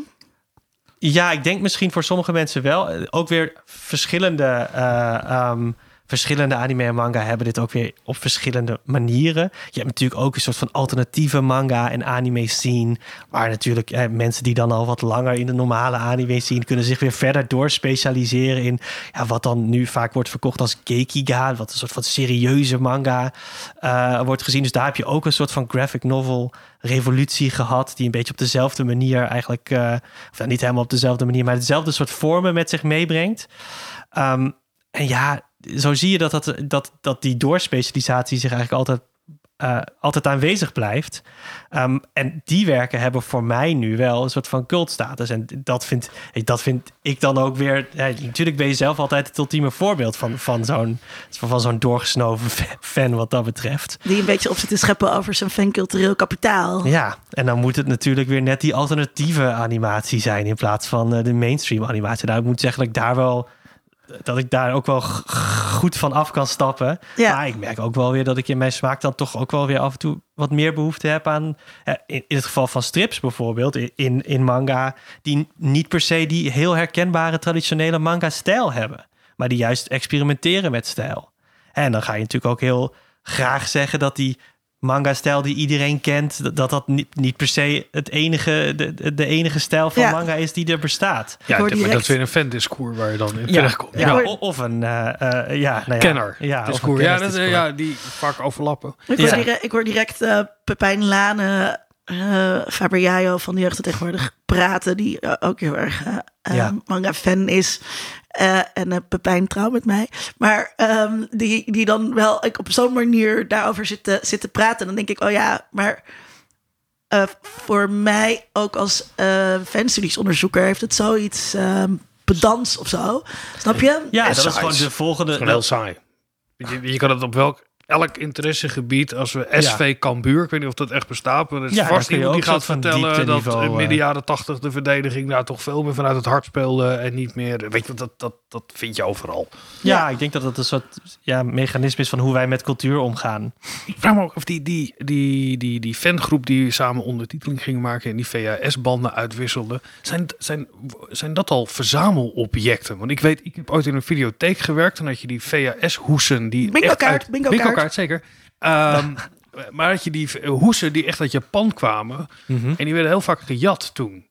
Ja, ik denk misschien voor sommige mensen wel. Ook weer verschillende, uh, um, verschillende anime en manga hebben dit ook weer op verschillende manieren. Je hebt natuurlijk ook een soort van alternatieve manga en anime scene. Waar natuurlijk eh, mensen die dan al wat langer in de normale anime scene kunnen zich weer verder doorspecialiseren in ja, wat dan nu vaak wordt verkocht als Geikiga, wat een soort van serieuze manga uh, wordt gezien. Dus daar heb je ook een soort van graphic novel revolutie gehad, die een beetje op dezelfde manier eigenlijk, uh, of nou, niet helemaal op dezelfde manier, maar dezelfde soort vormen met zich meebrengt. Um, en ja, zo zie je dat, dat, dat, dat die doorspecialisatie zich eigenlijk altijd, uh, altijd aanwezig blijft. Um, en die werken hebben voor mij nu wel een soort van cultstatus. En dat vind, dat vind ik dan ook weer... Ja, natuurlijk ben je zelf altijd het ultieme voorbeeld van, van zo'n, van zo'n doorgesnoven fan wat dat betreft. Die een beetje op zit te scheppen over zijn fancultureel kapitaal. Ja, en dan moet het natuurlijk weer net die alternatieve animatie zijn in plaats van uh, de mainstream animatie. Nou, ik moet zeggen dat ik daar wel... dat ik daar ook wel g- goed van af kan stappen. Ja. Maar ik merk ook wel weer dat ik in mijn smaak dan toch ook wel weer af en toe wat meer behoefte heb aan... Eh, in, in het geval van strips bijvoorbeeld, in, in manga... die niet per se die heel herkenbare traditionele manga-stijl hebben. Maar die juist experimenteren met stijl. En dan ga je natuurlijk ook heel graag zeggen dat die manga-stijl die iedereen kent... dat dat niet, niet per se het enige, de, de enige stijl van Ja. manga is die er bestaat. Ja, hoor maar direct- dat is weer een fan-discours waar je dan in Ja, terechtkomt. ja, Ja. o- of een uh, uh, ja, nou ja, Kenner. Ja, of een discours. Ja, dat, kennersdiscours. ja, die vaak overlappen. Ik hoor, Ja. direct, ik hoor direct uh, Pepijn Lane, uh, Faber Jajo van de Jeugd tegenwoordig praten, die uh, ook heel erg uh, uh, Ja. manga-fan is. Uh, en uh, Pepijn trouw met mij. Maar um, die, die dan wel ik op zo'n manier daarover zit te, zit te praten. En dan denk ik, oh ja, maar uh, voor mij ook als uh, fanstudiesonderzoeker heeft het zoiets uh, pedants of zo. Snap je? Ja, En dat is saai. gewoon de volgende... Gewoon heel saai. Je, je kan het op welk elk interessegebied, als we S V Cambuur, ik weet niet of dat echt bestaat, maar er is Ja, vast dan kun je iemand die ook gaat soort van vertellen dat diepteniveau, in midden uh, jaren tachtig de verdediging daar toch veel meer vanuit het hart speelde en niet meer. Weet je, dat, dat, dat vind je overal. Ja, ik denk dat het een soort ja, mechanisme is van hoe wij met cultuur omgaan. Ik vraag me ook of die, die, die, die, die fangroep die samen ondertiteling ging maken en die V H S-banden uitwisselde, zijn, zijn, zijn dat al verzamelobjecten? Want ik weet, ik heb ooit in een videotheek gewerkt en had je die V H S-hoesen die Bingo echt kaart, uit, bingo bingo kaart. kaart, zeker. Um, maar had je die hoesen die echt uit Japan kwamen Mm-hmm. en die werden heel vaak gejat toen.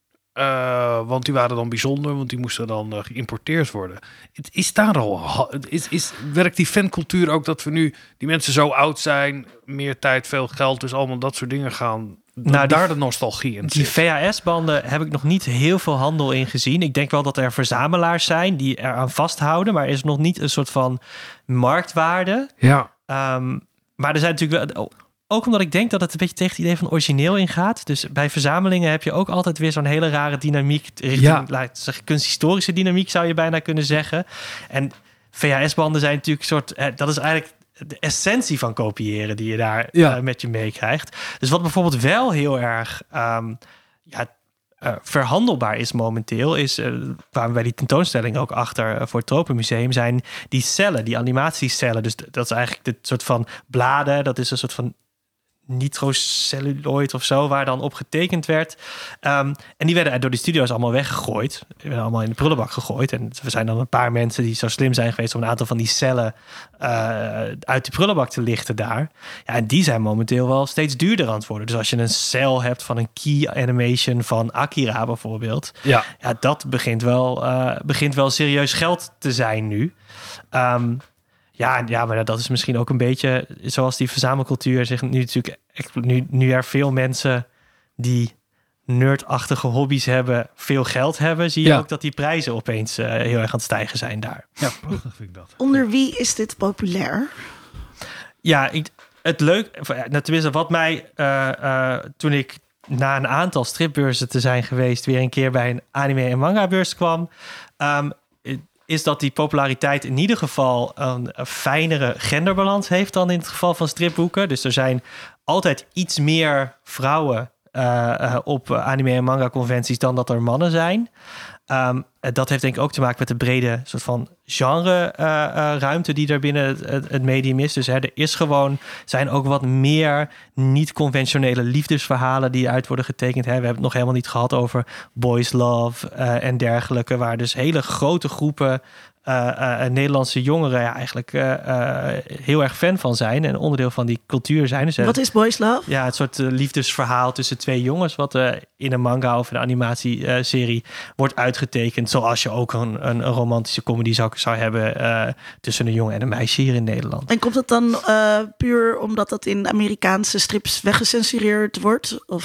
Uh, want die waren dan bijzonder, want die moesten dan uh, geïmporteerd worden. Het is daar al. ha- Is, is, werkt die fancultuur ook dat we nu die mensen zo oud zijn, meer tijd, veel geld, dus allemaal dat soort dingen gaan. Dat Nou, die- daar de nostalgie in Die zit. V H S-banden heb ik nog niet heel veel handel in gezien. Ik denk wel dat er verzamelaars zijn die eraan vasthouden, maar er is nog niet een soort van marktwaarde. Ja. Um, maar er zijn natuurlijk wel... Ook omdat ik denk dat het een beetje tegen het idee van origineel ingaat. Dus bij verzamelingen heb je ook altijd weer zo'n hele rare dynamiek. Richting, Ja. laat ik zeggen, kunsthistorische dynamiek zou je bijna kunnen zeggen. En V H S-banden zijn natuurlijk een soort... Eh, dat is eigenlijk de essentie van kopiëren die je daar Ja. uh, met je meekrijgt. Dus wat bijvoorbeeld wel heel erg... Um, ja, Uh, verhandelbaar is momenteel, is uh, waar we bij die tentoonstelling ook achter uh, voor het Tropenmuseum zijn die cellen, die animatiecellen. Dus d- dat is eigenlijk dit soort van bladen, dat is een soort van nitrocelluloid of zo, waar dan op getekend werd. Um, en die werden door die studio's allemaal weggegooid. Die werden allemaal in de prullenbak gegooid. En we zijn dan een paar mensen die zo slim zijn geweest om een aantal van die cellen uh, uit die prullenbak te lichten daar. Ja, en die zijn momenteel wel steeds duurder aan het worden. Dus als je een cel hebt van een key animation van Akira bijvoorbeeld, Ja. ja, dat begint wel, uh, begint wel serieus geld te zijn nu. Um, Ja, ja, maar dat is misschien ook een beetje zoals die verzamelcultuur zich nu natuurlijk... Nu, nu er veel mensen die nerdachtige hobby's hebben, veel geld hebben, zie je Ja. ook dat die prijzen opeens uh, heel erg aan het stijgen zijn daar. Ja, prachtig vind ik dat. Onder wie is dit populair? Ja, ik, het leuk, nou, tenminste wat mij uh, uh, toen ik na een aantal stripbeurzen te zijn geweest weer een keer bij een anime en manga beurs kwam, um, is dat die populariteit in ieder geval een, een fijnere genderbalans heeft dan in het geval van stripboeken. Dus er zijn altijd iets meer vrouwen uh, uh, op anime en manga conventies dan dat er mannen zijn. Um, dat heeft denk ik ook te maken met de brede soort van genre uh, uh, ruimte die er binnen het, het medium is. Dus hè, er is gewoon, zijn ook wat meer niet-conventionele liefdesverhalen die uit worden getekend. Hè. We hebben het nog helemaal niet gehad over boys love uh, en dergelijke, waar dus hele grote groepen Uh, uh, Nederlandse jongeren ja, eigenlijk uh, uh, heel erg fan van zijn en onderdeel van die cultuur zijn. Dus, uh, wat is boys love? Ja, het soort uh, liefdesverhaal tussen twee jongens, wat uh, in een manga of een animatieserie uh, wordt uitgetekend, zoals je ook een, een, een romantische comedy zou, zou hebben uh, tussen een jongen en een meisje hier in Nederland. En komt het dan uh, puur omdat dat in Amerikaanse strips weggecensureerd wordt of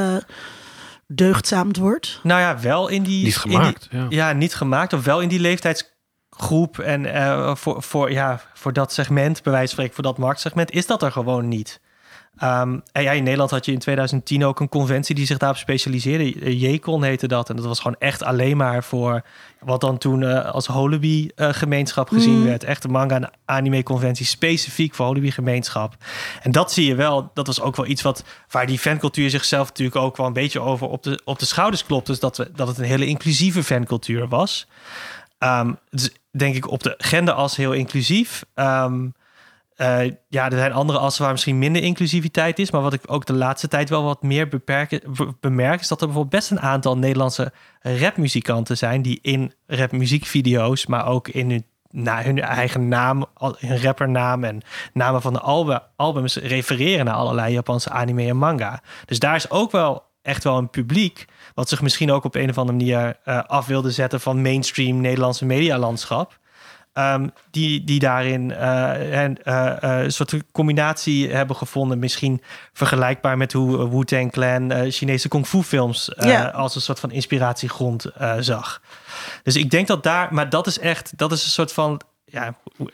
weggedeugdzaamd wordt? Nou ja, wel in die... Niet gemaakt. In die, ja. ja, niet gemaakt, of wel in die leeftijds groep en uh, voor, voor, ja, voor dat segment, bij wijze van spreken, voor dat marktsegment, is dat er gewoon niet. Um, en ja, in Nederland had je in twintig tien ook een conventie die zich daarop specialiseerde. J-Con heette dat. En dat was gewoon echt alleen maar voor wat dan toen uh, als Holoby-gemeenschap uh, gezien mm. werd. Echt een manga- en anime-conventie specifiek voor Holoby-gemeenschap. En dat zie je wel. Dat was ook wel iets wat waar die fancultuur zichzelf natuurlijk ook wel een beetje over op de, op de schouders klopt. Dus dat, we, dat het een hele inclusieve fancultuur was. Um, dus denk ik op de genderas heel inclusief. Um, uh, ja, er zijn andere assen waar misschien minder inclusiviteit is. Maar wat ik ook de laatste tijd wel wat meer beperk, bemerk, is dat er bijvoorbeeld best een aantal Nederlandse rapmuzikanten zijn die in rapmuziekvideo's, maar ook in hun, na, hun eigen naam, hun rappernaam en namen van de album, albums refereren naar allerlei Japanse anime en manga. Dus daar is ook wel echt wel een publiek wat zich misschien ook op een of andere manier uh, af wilde zetten van mainstream Nederlandse medialandschap. Um, die, die daarin uh, en, uh, uh, een soort combinatie hebben gevonden. Misschien vergelijkbaar met hoe Wu-Tang Clan uh, Chinese kung fu films uh, yeah. als een soort van inspiratiegrond uh, zag. Dus ik denk dat daar, maar dat is echt, dat is een soort van ja,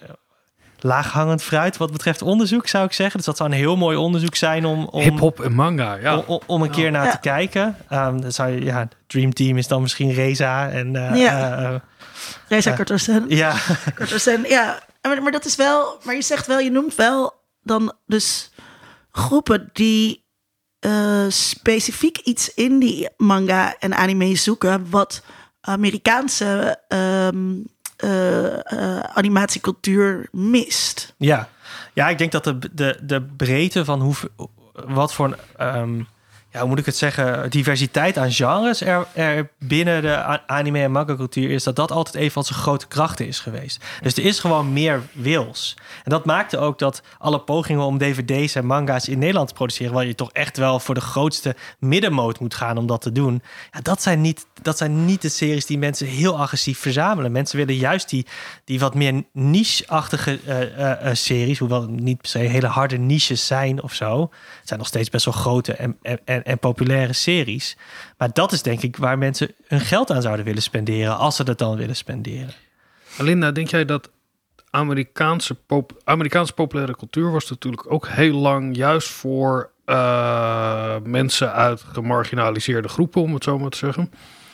laaghangend fruit wat betreft onderzoek, zou ik zeggen. Dus dat zou een heel mooi onderzoek zijn om... om hip-hop en manga, ja. Om, om een keer naar ja. te kijken. Um, dat zou je, ja, Dream Team is dan misschien Reza en... Uh, ja. uh, Reza uh, Kartorsen. Ja. Kartorsen, ja. Maar, maar dat is wel... Maar je zegt wel, je noemt wel dan dus groepen die uh, specifiek iets in die manga en anime zoeken, wat Amerikaanse um, uh, uh, animatiecultuur mist. Ja. Ja, ik denk dat de, de, de breedte van hoe, wat voor een... Um, ja, hoe moet ik het zeggen, diversiteit aan genres er, er binnen de anime en manga cultuur is, dat dat altijd even als een grote kracht is geweest. Dus er is gewoon meer wils. En dat maakte ook dat alle pogingen om D V D's en manga's in Nederland te produceren, waar je toch echt wel voor de grootste middenmoot moet gaan om dat te doen. Ja, dat zijn niet, dat zijn niet de series die mensen heel agressief verzamelen. Mensen willen juist die, die wat meer niche-achtige uh, uh, uh, series, hoewel het niet per se hele harde niches zijn of zo. Het zijn nog steeds best wel grote en, en en populaire series. Maar dat is denk ik waar mensen hun geld aan zouden willen spenderen, als ze dat dan willen spenderen. Linda, denk jij dat Amerikaanse, pop- Amerikaanse populaire cultuur was natuurlijk ook heel lang juist voor uh, mensen uit gemarginaliseerde groepen, om het zo maar te zeggen?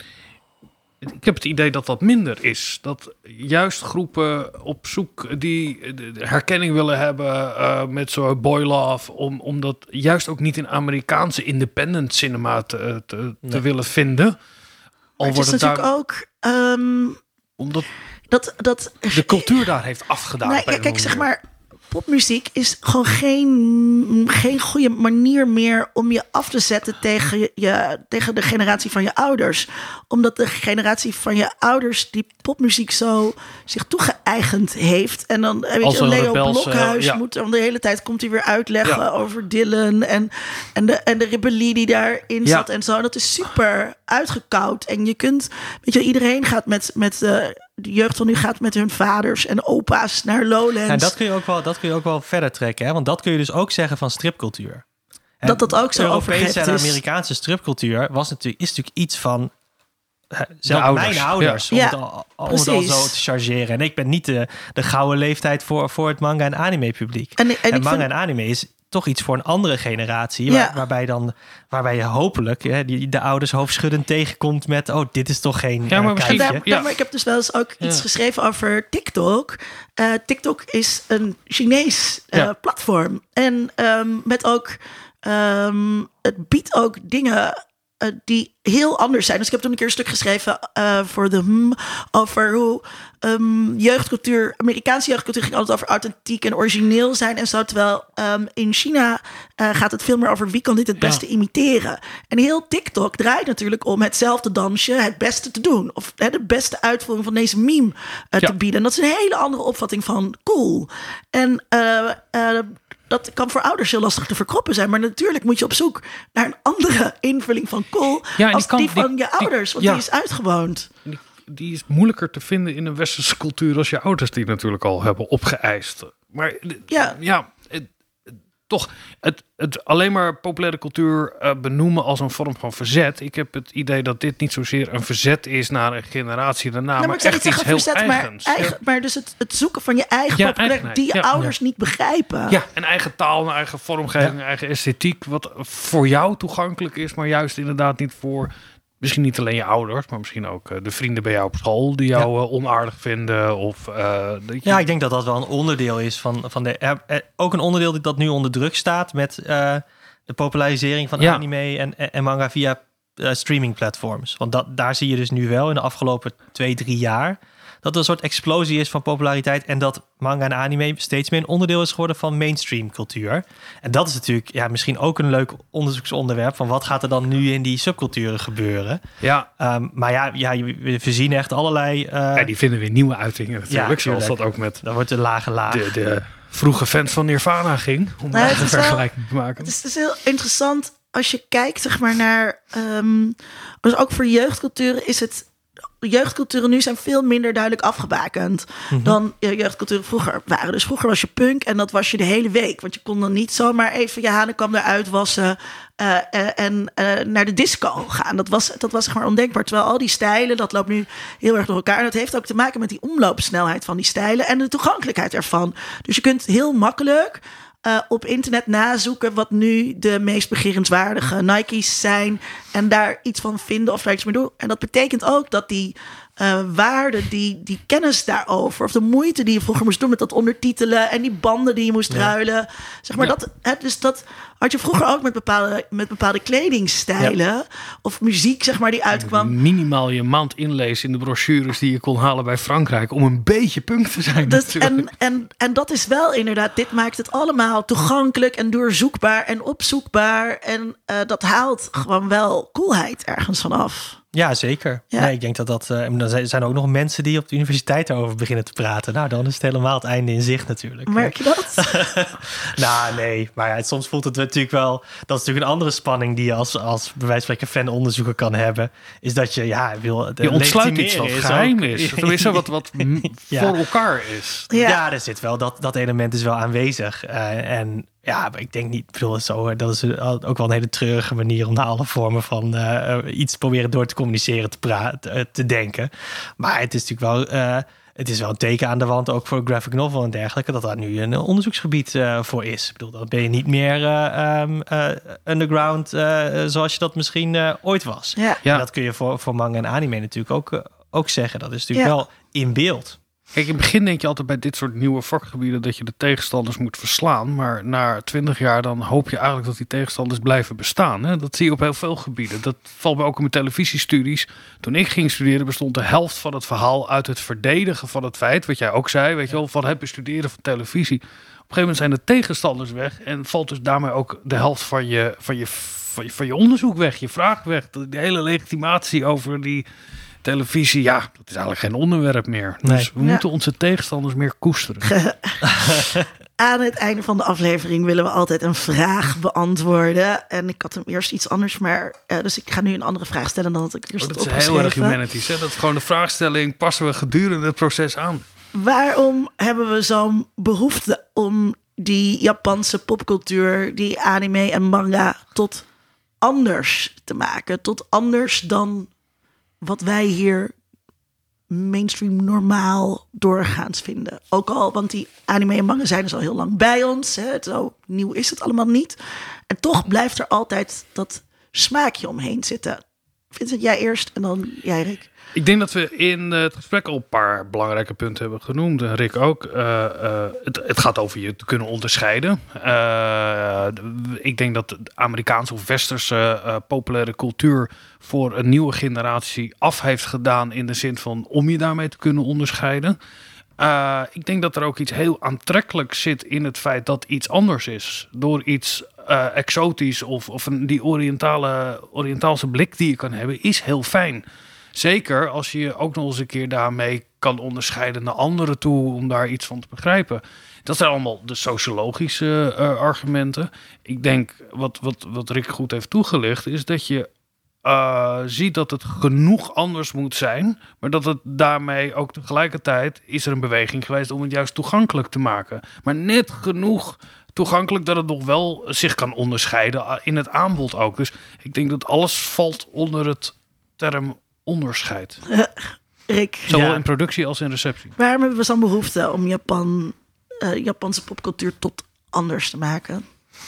Ik heb het idee dat dat minder is. Dat juist groepen op zoek die herkenning willen hebben uh, met zo'n boy love, om, om dat juist ook niet in Amerikaanse independent cinema te, te, nee. te willen vinden. Al maar het wordt is het natuurlijk daar, ook... Um, omdat dat, dat, de cultuur daar heeft afgedaan. Nou, ja, kijk, zeg maar, popmuziek is gewoon geen, geen goede manier meer om je af te zetten tegen, je, je, tegen de generatie van je ouders. Omdat de generatie van je ouders die popmuziek zo zich toegeëigend heeft. En dan weet als je, Leo rebels, Blokhuis uh, ja. moet dan de hele tijd komt hij weer uitleggen ja. over Dylan en, en, de, en de rebellie die daarin ja. zat en zo. Dat is super uitgekoud. En je kunt, weet je, iedereen gaat met, met uh, de jeugd van nu gaat met hun vaders en opa's naar Lowlands. En dat kun je ook wel, dat kun je ook wel verder trekken, hè? Want dat kun je dus ook zeggen van stripcultuur. Dat dat ook zo Europese overgehept en is. Amerikaanse stripcultuur was natuurlijk, is natuurlijk iets van zelf ouders, mijn ouders, ja. om, Ja, het al, om het al zo te chargeren. En ik ben niet de, de gouden leeftijd voor, voor het manga- en anime-publiek. En, en, En, ik manga vind, en anime is toch iets voor een andere generatie. Ja. Waar, waarbij, dan, waarbij je hopelijk hè, die, de ouders hoofdschuddend tegenkomt met... oh, dit is toch geen Ja, maar uh, misschien- en kuifje. daar- Ja. maar ik heb dus wel eens ook iets Ja. geschreven over TikTok. Uh, TikTok is een Chinees uh, Ja. platform. En um, met ook... Um, het biedt ook dingen... Uh, die heel anders zijn. Dus ik heb toen een keer een stuk geschreven uh, voor de hmm, over hoe um, jeugdcultuur, Amerikaanse jeugdcultuur ging altijd over authentiek en origineel zijn en zo. Terwijl um, in China uh, gaat het veel meer over wie kan dit het beste Ja. imiteren. En heel TikTok draait natuurlijk om hetzelfde dansje het beste te doen. Of hè, de beste uitvoering van deze meme uh, Ja. te bieden. En dat is een hele andere opvatting van cool. En uh, uh, dat kan voor ouders heel lastig te verkroppen zijn. Maar natuurlijk moet je op zoek naar een andere invulling van cool... Ja, en als die kan- die van die- je die- ouders. Want ja. die is uitgewoond. Die, die is moeilijker te vinden in een westerse cultuur als je ouders die natuurlijk al hebben opgeëist. Maar Ja. ja het, het- toch, het, het alleen maar populaire cultuur uh, benoemen als een vorm van verzet. Ik heb het idee dat dit niet zozeer een verzet is naar een generatie daarna, Nou, maar, ik zou echt niet iets zeggen heel verzet, maar, eigens. eigen, maar dus het, het zoeken van je eigen Ja, populariteit die je eigenheid, ja. ouders niet begrijpen. Ja, een eigen taal, een eigen vormgeving, een eigen esthetiek. Wat voor jou toegankelijk is, maar juist inderdaad niet voor... Misschien niet alleen je ouders, maar misschien ook uh, de vrienden bij jou op school... die jou uh, onaardig vinden. Of, uh, dat je... Ja, ik denk dat dat wel een onderdeel is van, van de... Er, er, ook een onderdeel dat nu onder druk staat... met uh, de popularisering van Ja. anime en, en, en manga via uh, streamingplatforms. Want dat, daar zie je dus nu wel in de afgelopen twee, drie jaar... dat er een soort explosie is van populariteit... en dat manga en anime steeds meer een onderdeel is geworden van mainstream cultuur. En dat is natuurlijk ja, misschien ook een leuk onderzoeksonderwerp... van wat gaat er dan nu in die subculturen gebeuren. Ja. Um, maar ja, ja, we voorzien echt allerlei... Uh, ja, die vinden weer nieuwe uitingen natuurlijk. Ja, zoals tuurlijk. dat ook met dat wordt een lage laag. de, de vroege fans van Nirvana ging. Om Nou, daar het een is wel- vergelijking te maken. Het is dus heel interessant als je kijkt zeg maar, naar... Um, dus ook voor jeugdculturen is het... Jeugdculturen nu zijn veel minder duidelijk afgebakend Mm-hmm. dan uh, jeugdculturen vroeger waren. Dus vroeger was je punk en dat was je de hele week. Want je kon dan niet zomaar even je hanenkam eruit wassen uh, uh, en uh, naar de disco gaan. Dat was, dat was zeg maar ondenkbaar. Terwijl al die stijlen, dat loopt nu heel erg door elkaar. En dat heeft ook te maken met die omloopsnelheid van die stijlen en de toegankelijkheid ervan. Dus je kunt heel makkelijk... Uh, op internet nazoeken wat nu de meest begerenswaardige Nike's zijn. En daar iets van vinden of daar iets mee doen. En dat betekent ook dat die uh, waarde, die, die kennis daarover... of de moeite die je vroeger moest doen met dat ondertitelen... en die banden die je moest Ja. ruilen. Zeg maar Ja. dat, hè, dus dat had je vroeger ook met bepaalde, met bepaalde kledingstijlen... of muziek, zeg maar, die uitkwam. Minimaal je maand inlezen in de brochures die je kon halen bij Frankrijk... om een beetje punk te zijn. Dus, natuurlijk. en, en, en dat is wel inderdaad, dit maakt het allemaal toegankelijk en doorzoekbaar en opzoekbaar. En uh, dat haalt gewoon wel coolheid ergens vanaf. Ja, zeker. Ja. Nee, ik denk dat dat... Uh, dan zijn er ook nog mensen die op de universiteit daarover beginnen te praten. Nou, dan is het helemaal het einde in zicht natuurlijk. Merk je dat? Nou, nee. Maar ja, soms voelt het natuurlijk wel... Dat is natuurlijk een andere spanning die je als, als bij wijze van spreken fan-onderzoeker kan hebben. Is dat je, ja, wil... Je ontsluit iets wat legitimeren geheim ook- is. Tenminste, wat, wat m- Ja. voor elkaar is. Ja. Ja, er zit wel, dat, dat element is wel aanwezig. Uh, en ja, maar ik denk niet, ik bedoel, zo, dat is ook wel een hele treurige manier om naar alle vormen van uh, iets proberen door te communiceren te, praten, uh, te denken. Maar het is natuurlijk wel, uh, het is wel een teken aan de wand, ook voor graphic novel en dergelijke, dat daar nu een onderzoeksgebied uh, voor is. Ik bedoel, dan ben je niet meer uh, um, uh, underground uh, zoals je dat misschien uh, ooit was. Ja. Ja. En dat kun je voor, voor manga en anime natuurlijk ook, uh, ook zeggen. Dat is natuurlijk Ja. wel in beeld. Kijk, in het begin denk je altijd bij dit soort nieuwe vakgebieden dat je de tegenstanders moet verslaan. Maar na twintig jaar dan hoop je eigenlijk dat die tegenstanders blijven bestaan. Hè? Dat zie je op heel veel gebieden. Dat valt me ook in mijn televisiestudies. Toen ik ging studeren bestond de helft van het verhaal uit het verdedigen van het feit. Wat jij ook zei, weet je wel, van het bestuderen van televisie. Op een gegeven moment zijn de tegenstanders weg. En valt dus daarmee ook de helft van je, van je, van je, van je onderzoek weg. Je vraag weg. De hele legitimatie over die... televisie, ja, dat is eigenlijk geen onderwerp meer. Dus Nee. we Ja. moeten onze tegenstanders meer koesteren. Aan het einde van de aflevering willen we altijd een vraag beantwoorden. En ik had hem eerst iets anders, maar uh, dus ik ga nu een andere vraag stellen dan dat ik eerst Oh, had dat is heel erg opgeschreven. humanities. Hè? Dat is gewoon de vraagstelling, passen we gedurende het proces aan? Waarom hebben we zo'n behoefte om die Japanse popcultuur, die anime en manga, tot anders te maken? Tot anders dan wat wij hier mainstream normaal doorgaans vinden. Ook al, want die anime en manga zijn dus al heel lang bij ons. Hè? Zo nieuw is het allemaal niet. En toch blijft er altijd dat smaakje omheen zitten. Vincent, jij eerst en dan jij, Rick. Ik denk dat we in het gesprek al een paar belangrijke punten hebben genoemd. En Rick ook. Uh, uh, het, het gaat over je te kunnen onderscheiden. Uh, ik denk dat de Amerikaanse of westerse uh, populaire cultuur voor een nieuwe generatie af heeft gedaan in de zin van om je daarmee te kunnen onderscheiden. Uh, ik denk dat er ook iets heel aantrekkelijks zit in het feit dat iets anders is. Door iets uh, exotisch of, of een, die oriëntale, oriëntaalse blik die je kan hebben is heel fijn. Zeker als je je ook nog eens een keer daarmee kan onderscheiden naar anderen toe om daar iets van te begrijpen. Dat zijn allemaal de sociologische uh, argumenten. Ik denk, wat, wat, wat Rick goed heeft toegelicht, is dat je uh, ziet dat het genoeg anders moet zijn, maar dat het daarmee ook tegelijkertijd is er een beweging geweest om het juist toegankelijk te maken. Maar net genoeg toegankelijk dat het nog wel zich kan onderscheiden in het aanbod ook. Dus ik denk dat alles valt onder het term onderscheid. Uh, Rick. Zowel Ja. in productie als in receptie. Waarom hebben we zo'n behoefte om Japan, uh, Japanse popcultuur tot anders te maken?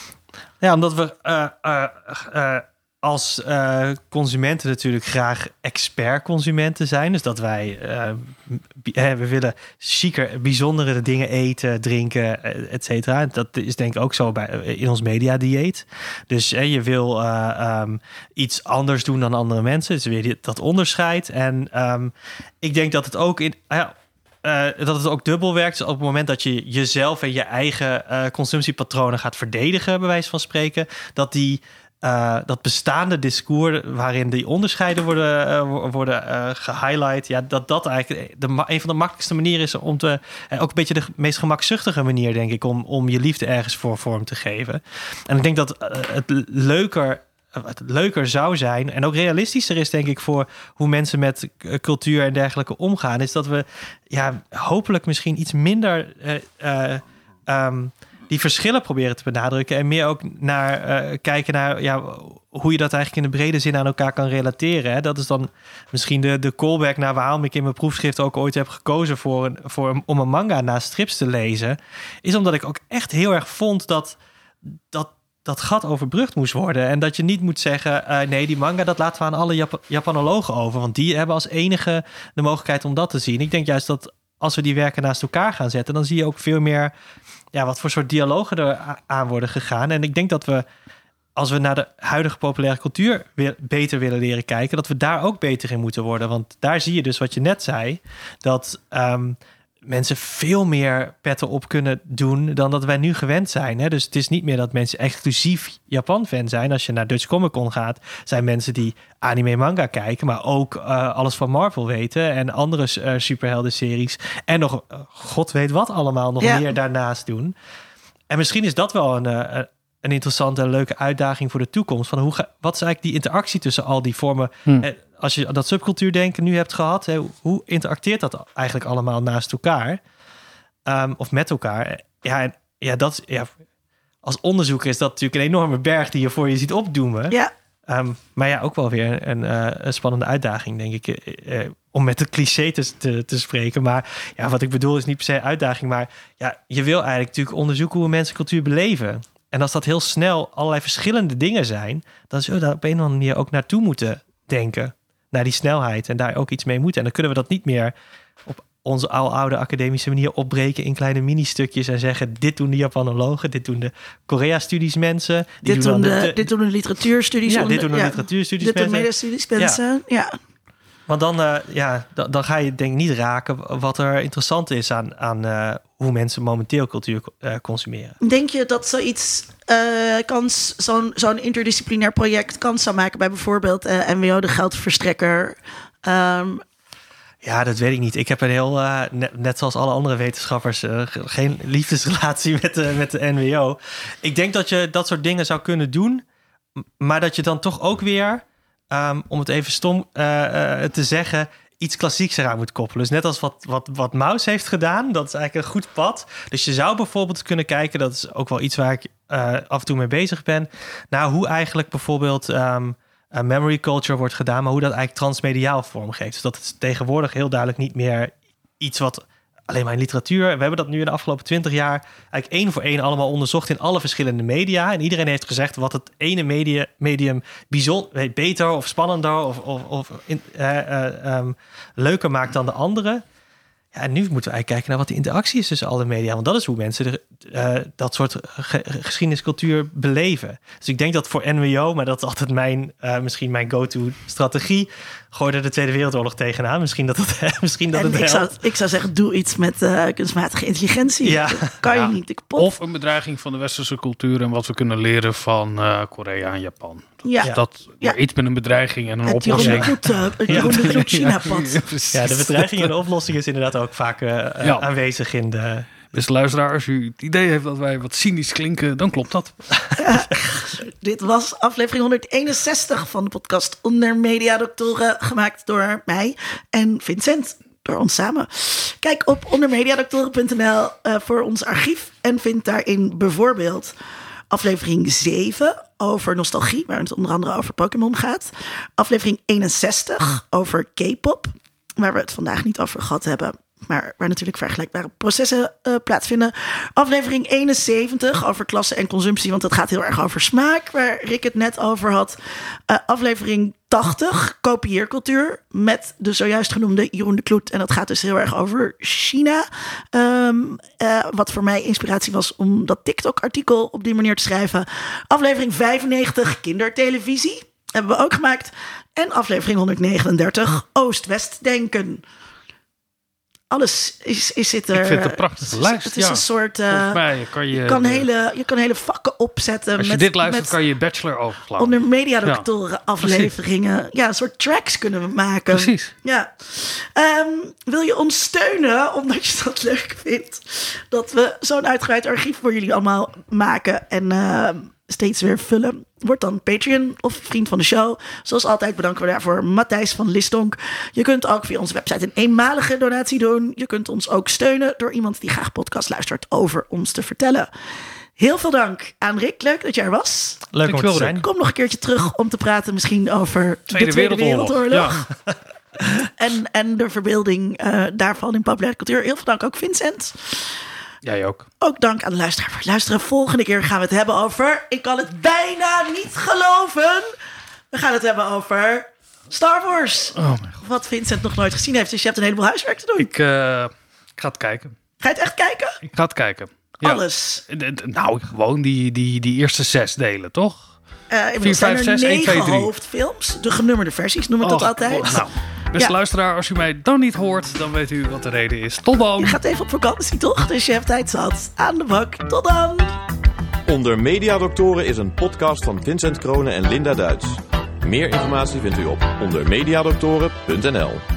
Ja, omdat we uh, uh, uh, als uh, consumenten natuurlijk graag expert-consumenten zijn. Dus dat wij, uh, b- uh, we willen chiquer, bijzondere dingen eten, drinken, et cetera. Dat is denk ik ook zo bij, in ons mediadieet. Dus uh, je wil uh, um, iets anders doen dan andere mensen. Dus weer dat onderscheid. En um, ik denk dat het ook in... Uh, Uh, dat het ook dubbel werkt. Dus op het moment dat je jezelf en je eigen uh, consumptiepatronen gaat verdedigen, bij wijze van spreken, dat die uh, dat bestaande discours waarin die onderscheiden worden, uh, worden uh, gehighlight, ja, dat dat eigenlijk de, een van de makkelijkste manieren is om te, uh, ook een beetje de meest gemakzuchtige manier, denk ik, om, om je liefde ergens voor vorm te geven. En ik denk dat uh, het leuker het leuker zou zijn en ook realistischer is, denk ik, voor hoe mensen met cultuur en dergelijke omgaan, is dat we ja hopelijk misschien iets minder uh, uh, um, die verschillen proberen te benadrukken en meer ook naar uh, kijken naar ja, hoe je dat eigenlijk in de brede zin aan elkaar kan relateren. Hè? Dat is dan misschien de, de callback naar waarom ik in mijn proefschrift ook ooit heb gekozen voor een, voor een, om een manga naast strips te lezen, is omdat ik ook echt heel erg vond dat dat dat gat overbrugd moest worden. En dat je niet moet zeggen, uh, nee, die manga, dat laten we aan alle Jap- Japanologen over. Want die hebben als enige de mogelijkheid om dat te zien. Ik denk juist dat als we die werken naast elkaar gaan zetten, dan zie je ook veel meer ja, wat voor soort dialogen er aan worden gegaan. En ik denk dat we, als we naar de huidige populaire cultuur weer beter willen leren kijken, dat we daar ook beter in moeten worden. Want daar zie je dus wat je net zei, dat um, mensen veel meer petten op kunnen doen dan dat wij nu gewend zijn. Hè? Dus het is niet meer dat mensen exclusief Japan-fan zijn. Als je naar Dutch Comic Con gaat, zijn mensen die anime manga kijken, maar ook uh, alles van Marvel weten en andere uh, superhelden-series. En nog, uh, god weet wat allemaal, nog ja. meer daarnaast doen. En misschien is dat wel een, uh, een interessante en leuke uitdaging voor de toekomst. Van hoe ga, wat is eigenlijk die interactie tussen al die vormen? Hmm. En als je dat subcultuurdenken nu hebt gehad, hè, hoe interacteert dat eigenlijk allemaal naast elkaar? Um, of met elkaar? Ja, en, ja, dat, ja, als onderzoeker is dat natuurlijk een enorme berg die je voor je ziet opdoemen. Ja. Um, maar ja, ook wel weer een, uh, een spannende uitdaging, denk ik. Uh, uh, om met het cliché te, te, te spreken. Maar ja, wat ik bedoel is niet per se uitdaging. Maar ja, je wil eigenlijk natuurlijk onderzoeken hoe mensen cultuur beleven. En als dat heel snel allerlei verschillende dingen zijn, dan zullen we daar op een of andere manier ook naartoe moeten denken. Naar die snelheid en daar ook iets mee moeten. En dan kunnen we dat niet meer op onze oude academische manier opbreken in kleine mini-stukjes en zeggen, dit doen de Japanologen, dit doen de Korea-studies mensen. Die Dit, doen doen dan de, de, de, dit doen de literatuurstudies. ja, dit onder- doen de ja. literatuurstudies Dit doen mensen. medestudies mensen. Ja. ja. Want dan, uh, ja, dan, dan ga je denk ik niet raken wat er interessant is aan, aan uh, hoe mensen momenteel cultuur uh, consumeren. Denk je dat zoiets uh, kans, zo'n, zo'n interdisciplinair project kans zou maken bij bijvoorbeeld uh, N W O, de geldverstrekker? Um, Ja, dat weet ik niet. Ik heb een heel, uh, net, net zoals alle andere wetenschappers, uh, geen liefdesrelatie met de, met de N W O. Ik denk dat je dat soort dingen zou kunnen doen, maar dat je dan toch ook weer, um, om het even stom uh, uh, te zeggen, iets klassieks eraan moet koppelen. Dus net als wat, wat, wat Maus heeft gedaan, dat is eigenlijk een goed pad. Dus je zou bijvoorbeeld kunnen kijken, dat is ook wel iets waar ik uh, af en toe mee bezig ben, naar hoe eigenlijk bijvoorbeeld Um, uh, memory culture wordt gedaan, maar hoe dat eigenlijk transmediaal vormgeeft. Dus dat is tegenwoordig heel duidelijk niet meer iets wat alleen maar in literatuur. We hebben dat nu in de afgelopen twintig jaar eigenlijk één voor één allemaal onderzocht in alle verschillende media. En iedereen heeft gezegd wat het ene media, medium bijzonder, beter of spannender of, of, of in, uh, uh, um, leuker maakt dan de andere. Ja, en nu moeten we eigenlijk kijken naar wat de interactie is tussen alle media. Want dat is hoe mensen de, uh, dat soort ge- geschiedeniscultuur beleven. Dus ik denk dat voor N W O, maar dat is altijd mijn, uh, misschien mijn go-to-strategie, gooi er de Tweede Wereldoorlog tegenaan. Misschien dat het, misschien dat het ik, zou, ik zou zeggen, doe iets met uh, kunstmatige intelligentie. Ja. Dat kan je Ja. niet. Ik pot. Of een bedreiging van de westerse cultuur en wat we kunnen leren van uh, Korea en Japan. ja. Ja. Dat Ja. maar iets met een bedreiging en een Het Jeroen de oplossing. Kloet, uh, het Jeroen de Kloet China-pad. Ja, de bedreiging en de oplossing is inderdaad ook vaak uh, Ja. aanwezig in de... Beste luisteraar, als u het idee heeft dat wij wat cynisch klinken, dan klopt dat. Dit was aflevering honderdeenenzestig van de podcast Onder Mediadoktoren, gemaakt door mij en Vincent. Door ons samen. Kijk op ondermediadoktoren punt n l uh, voor ons archief en vind daarin bijvoorbeeld aflevering zeven over nostalgie, waar het onder andere over Pokémon gaat. Aflevering eenenzestig over K-pop, waar we het vandaag niet over gehad hebben, maar waar natuurlijk vergelijkbare processen uh, plaatsvinden. Aflevering eenenzeventig over klasse en consumptie, want het gaat heel erg over smaak, waar Rick het net over had. Uh, aflevering tachtig, kopieercultuur, met de zojuist genoemde Jeroen de Kloet. En dat gaat dus heel erg over China. Um, uh, wat voor mij inspiratie was om dat TikTok-artikel op die manier te schrijven. Aflevering vijfennegentig, kindertelevisie, hebben we ook gemaakt. En aflevering honderdnegenendertig, Oost-West denken. Alles is, is zit er. Ik vind het een prachtige lijst. Het is ja. een soort. Uh, Volgens mij kan je, je, kan de- hele, je kan hele vakken opzetten. als je met, dit luistert, met kan je je bachelor overslaan. onder mediadoktoren afleveringen. Ja, een soort tracks kunnen we maken. Precies. Ja. Um, wil je ons steunen, omdat je dat leuk vindt, dat we zo'n uitgebreid archief voor jullie allemaal maken en uh, steeds weer vullen? Word dan Patreon of vriend van de show. Zoals altijd bedanken we daarvoor Matthijs van Listonk. Je kunt ook via onze website een eenmalige donatie doen. Je kunt ons ook steunen door iemand die graag podcast luistert over ons te vertellen. Heel veel dank aan Rick. Leuk dat jij er was. Leuk om er te Dankjewel, zijn. Kom nog een keertje terug om te praten misschien over Tweede de Tweede Wereldoorlog. Wereldoorlog. En, en de verbeelding uh, daarvan in populaire cultuur. Heel veel dank ook Vincent. Jij ook. Ook dank aan de luisteraar voor het luisteren. Volgende keer gaan we het hebben over... Ik kan het bijna niet geloven. We gaan het hebben over Star Wars. Oh mijn god. Wat Vincent nog nooit gezien heeft. Dus je hebt een heleboel huiswerk te doen. Ik, uh, ik ga het kijken. Ga je het echt kijken? Ik ga het kijken. Ja. Alles. D- d- Nou, gewoon die, die, die eerste zes delen, toch? Uh, inmiddels zijn er vijf, zes, één, negen twee, drie. hoofdfilms. De genummerde versies noem ik dat Och, altijd. oh, nou, beste Ja. luisteraar, als u mij dan niet hoort, dan weet u wat de reden is. Tot dan! Je gaat even op vakantie, toch? Dus je hebt tijd zat. Aan de bak. Tot dan. Onder Mediadoktoren is een podcast van Vincent Kroonen en Linda Duits. Meer informatie vindt u op onder mediadoktoren punt n l.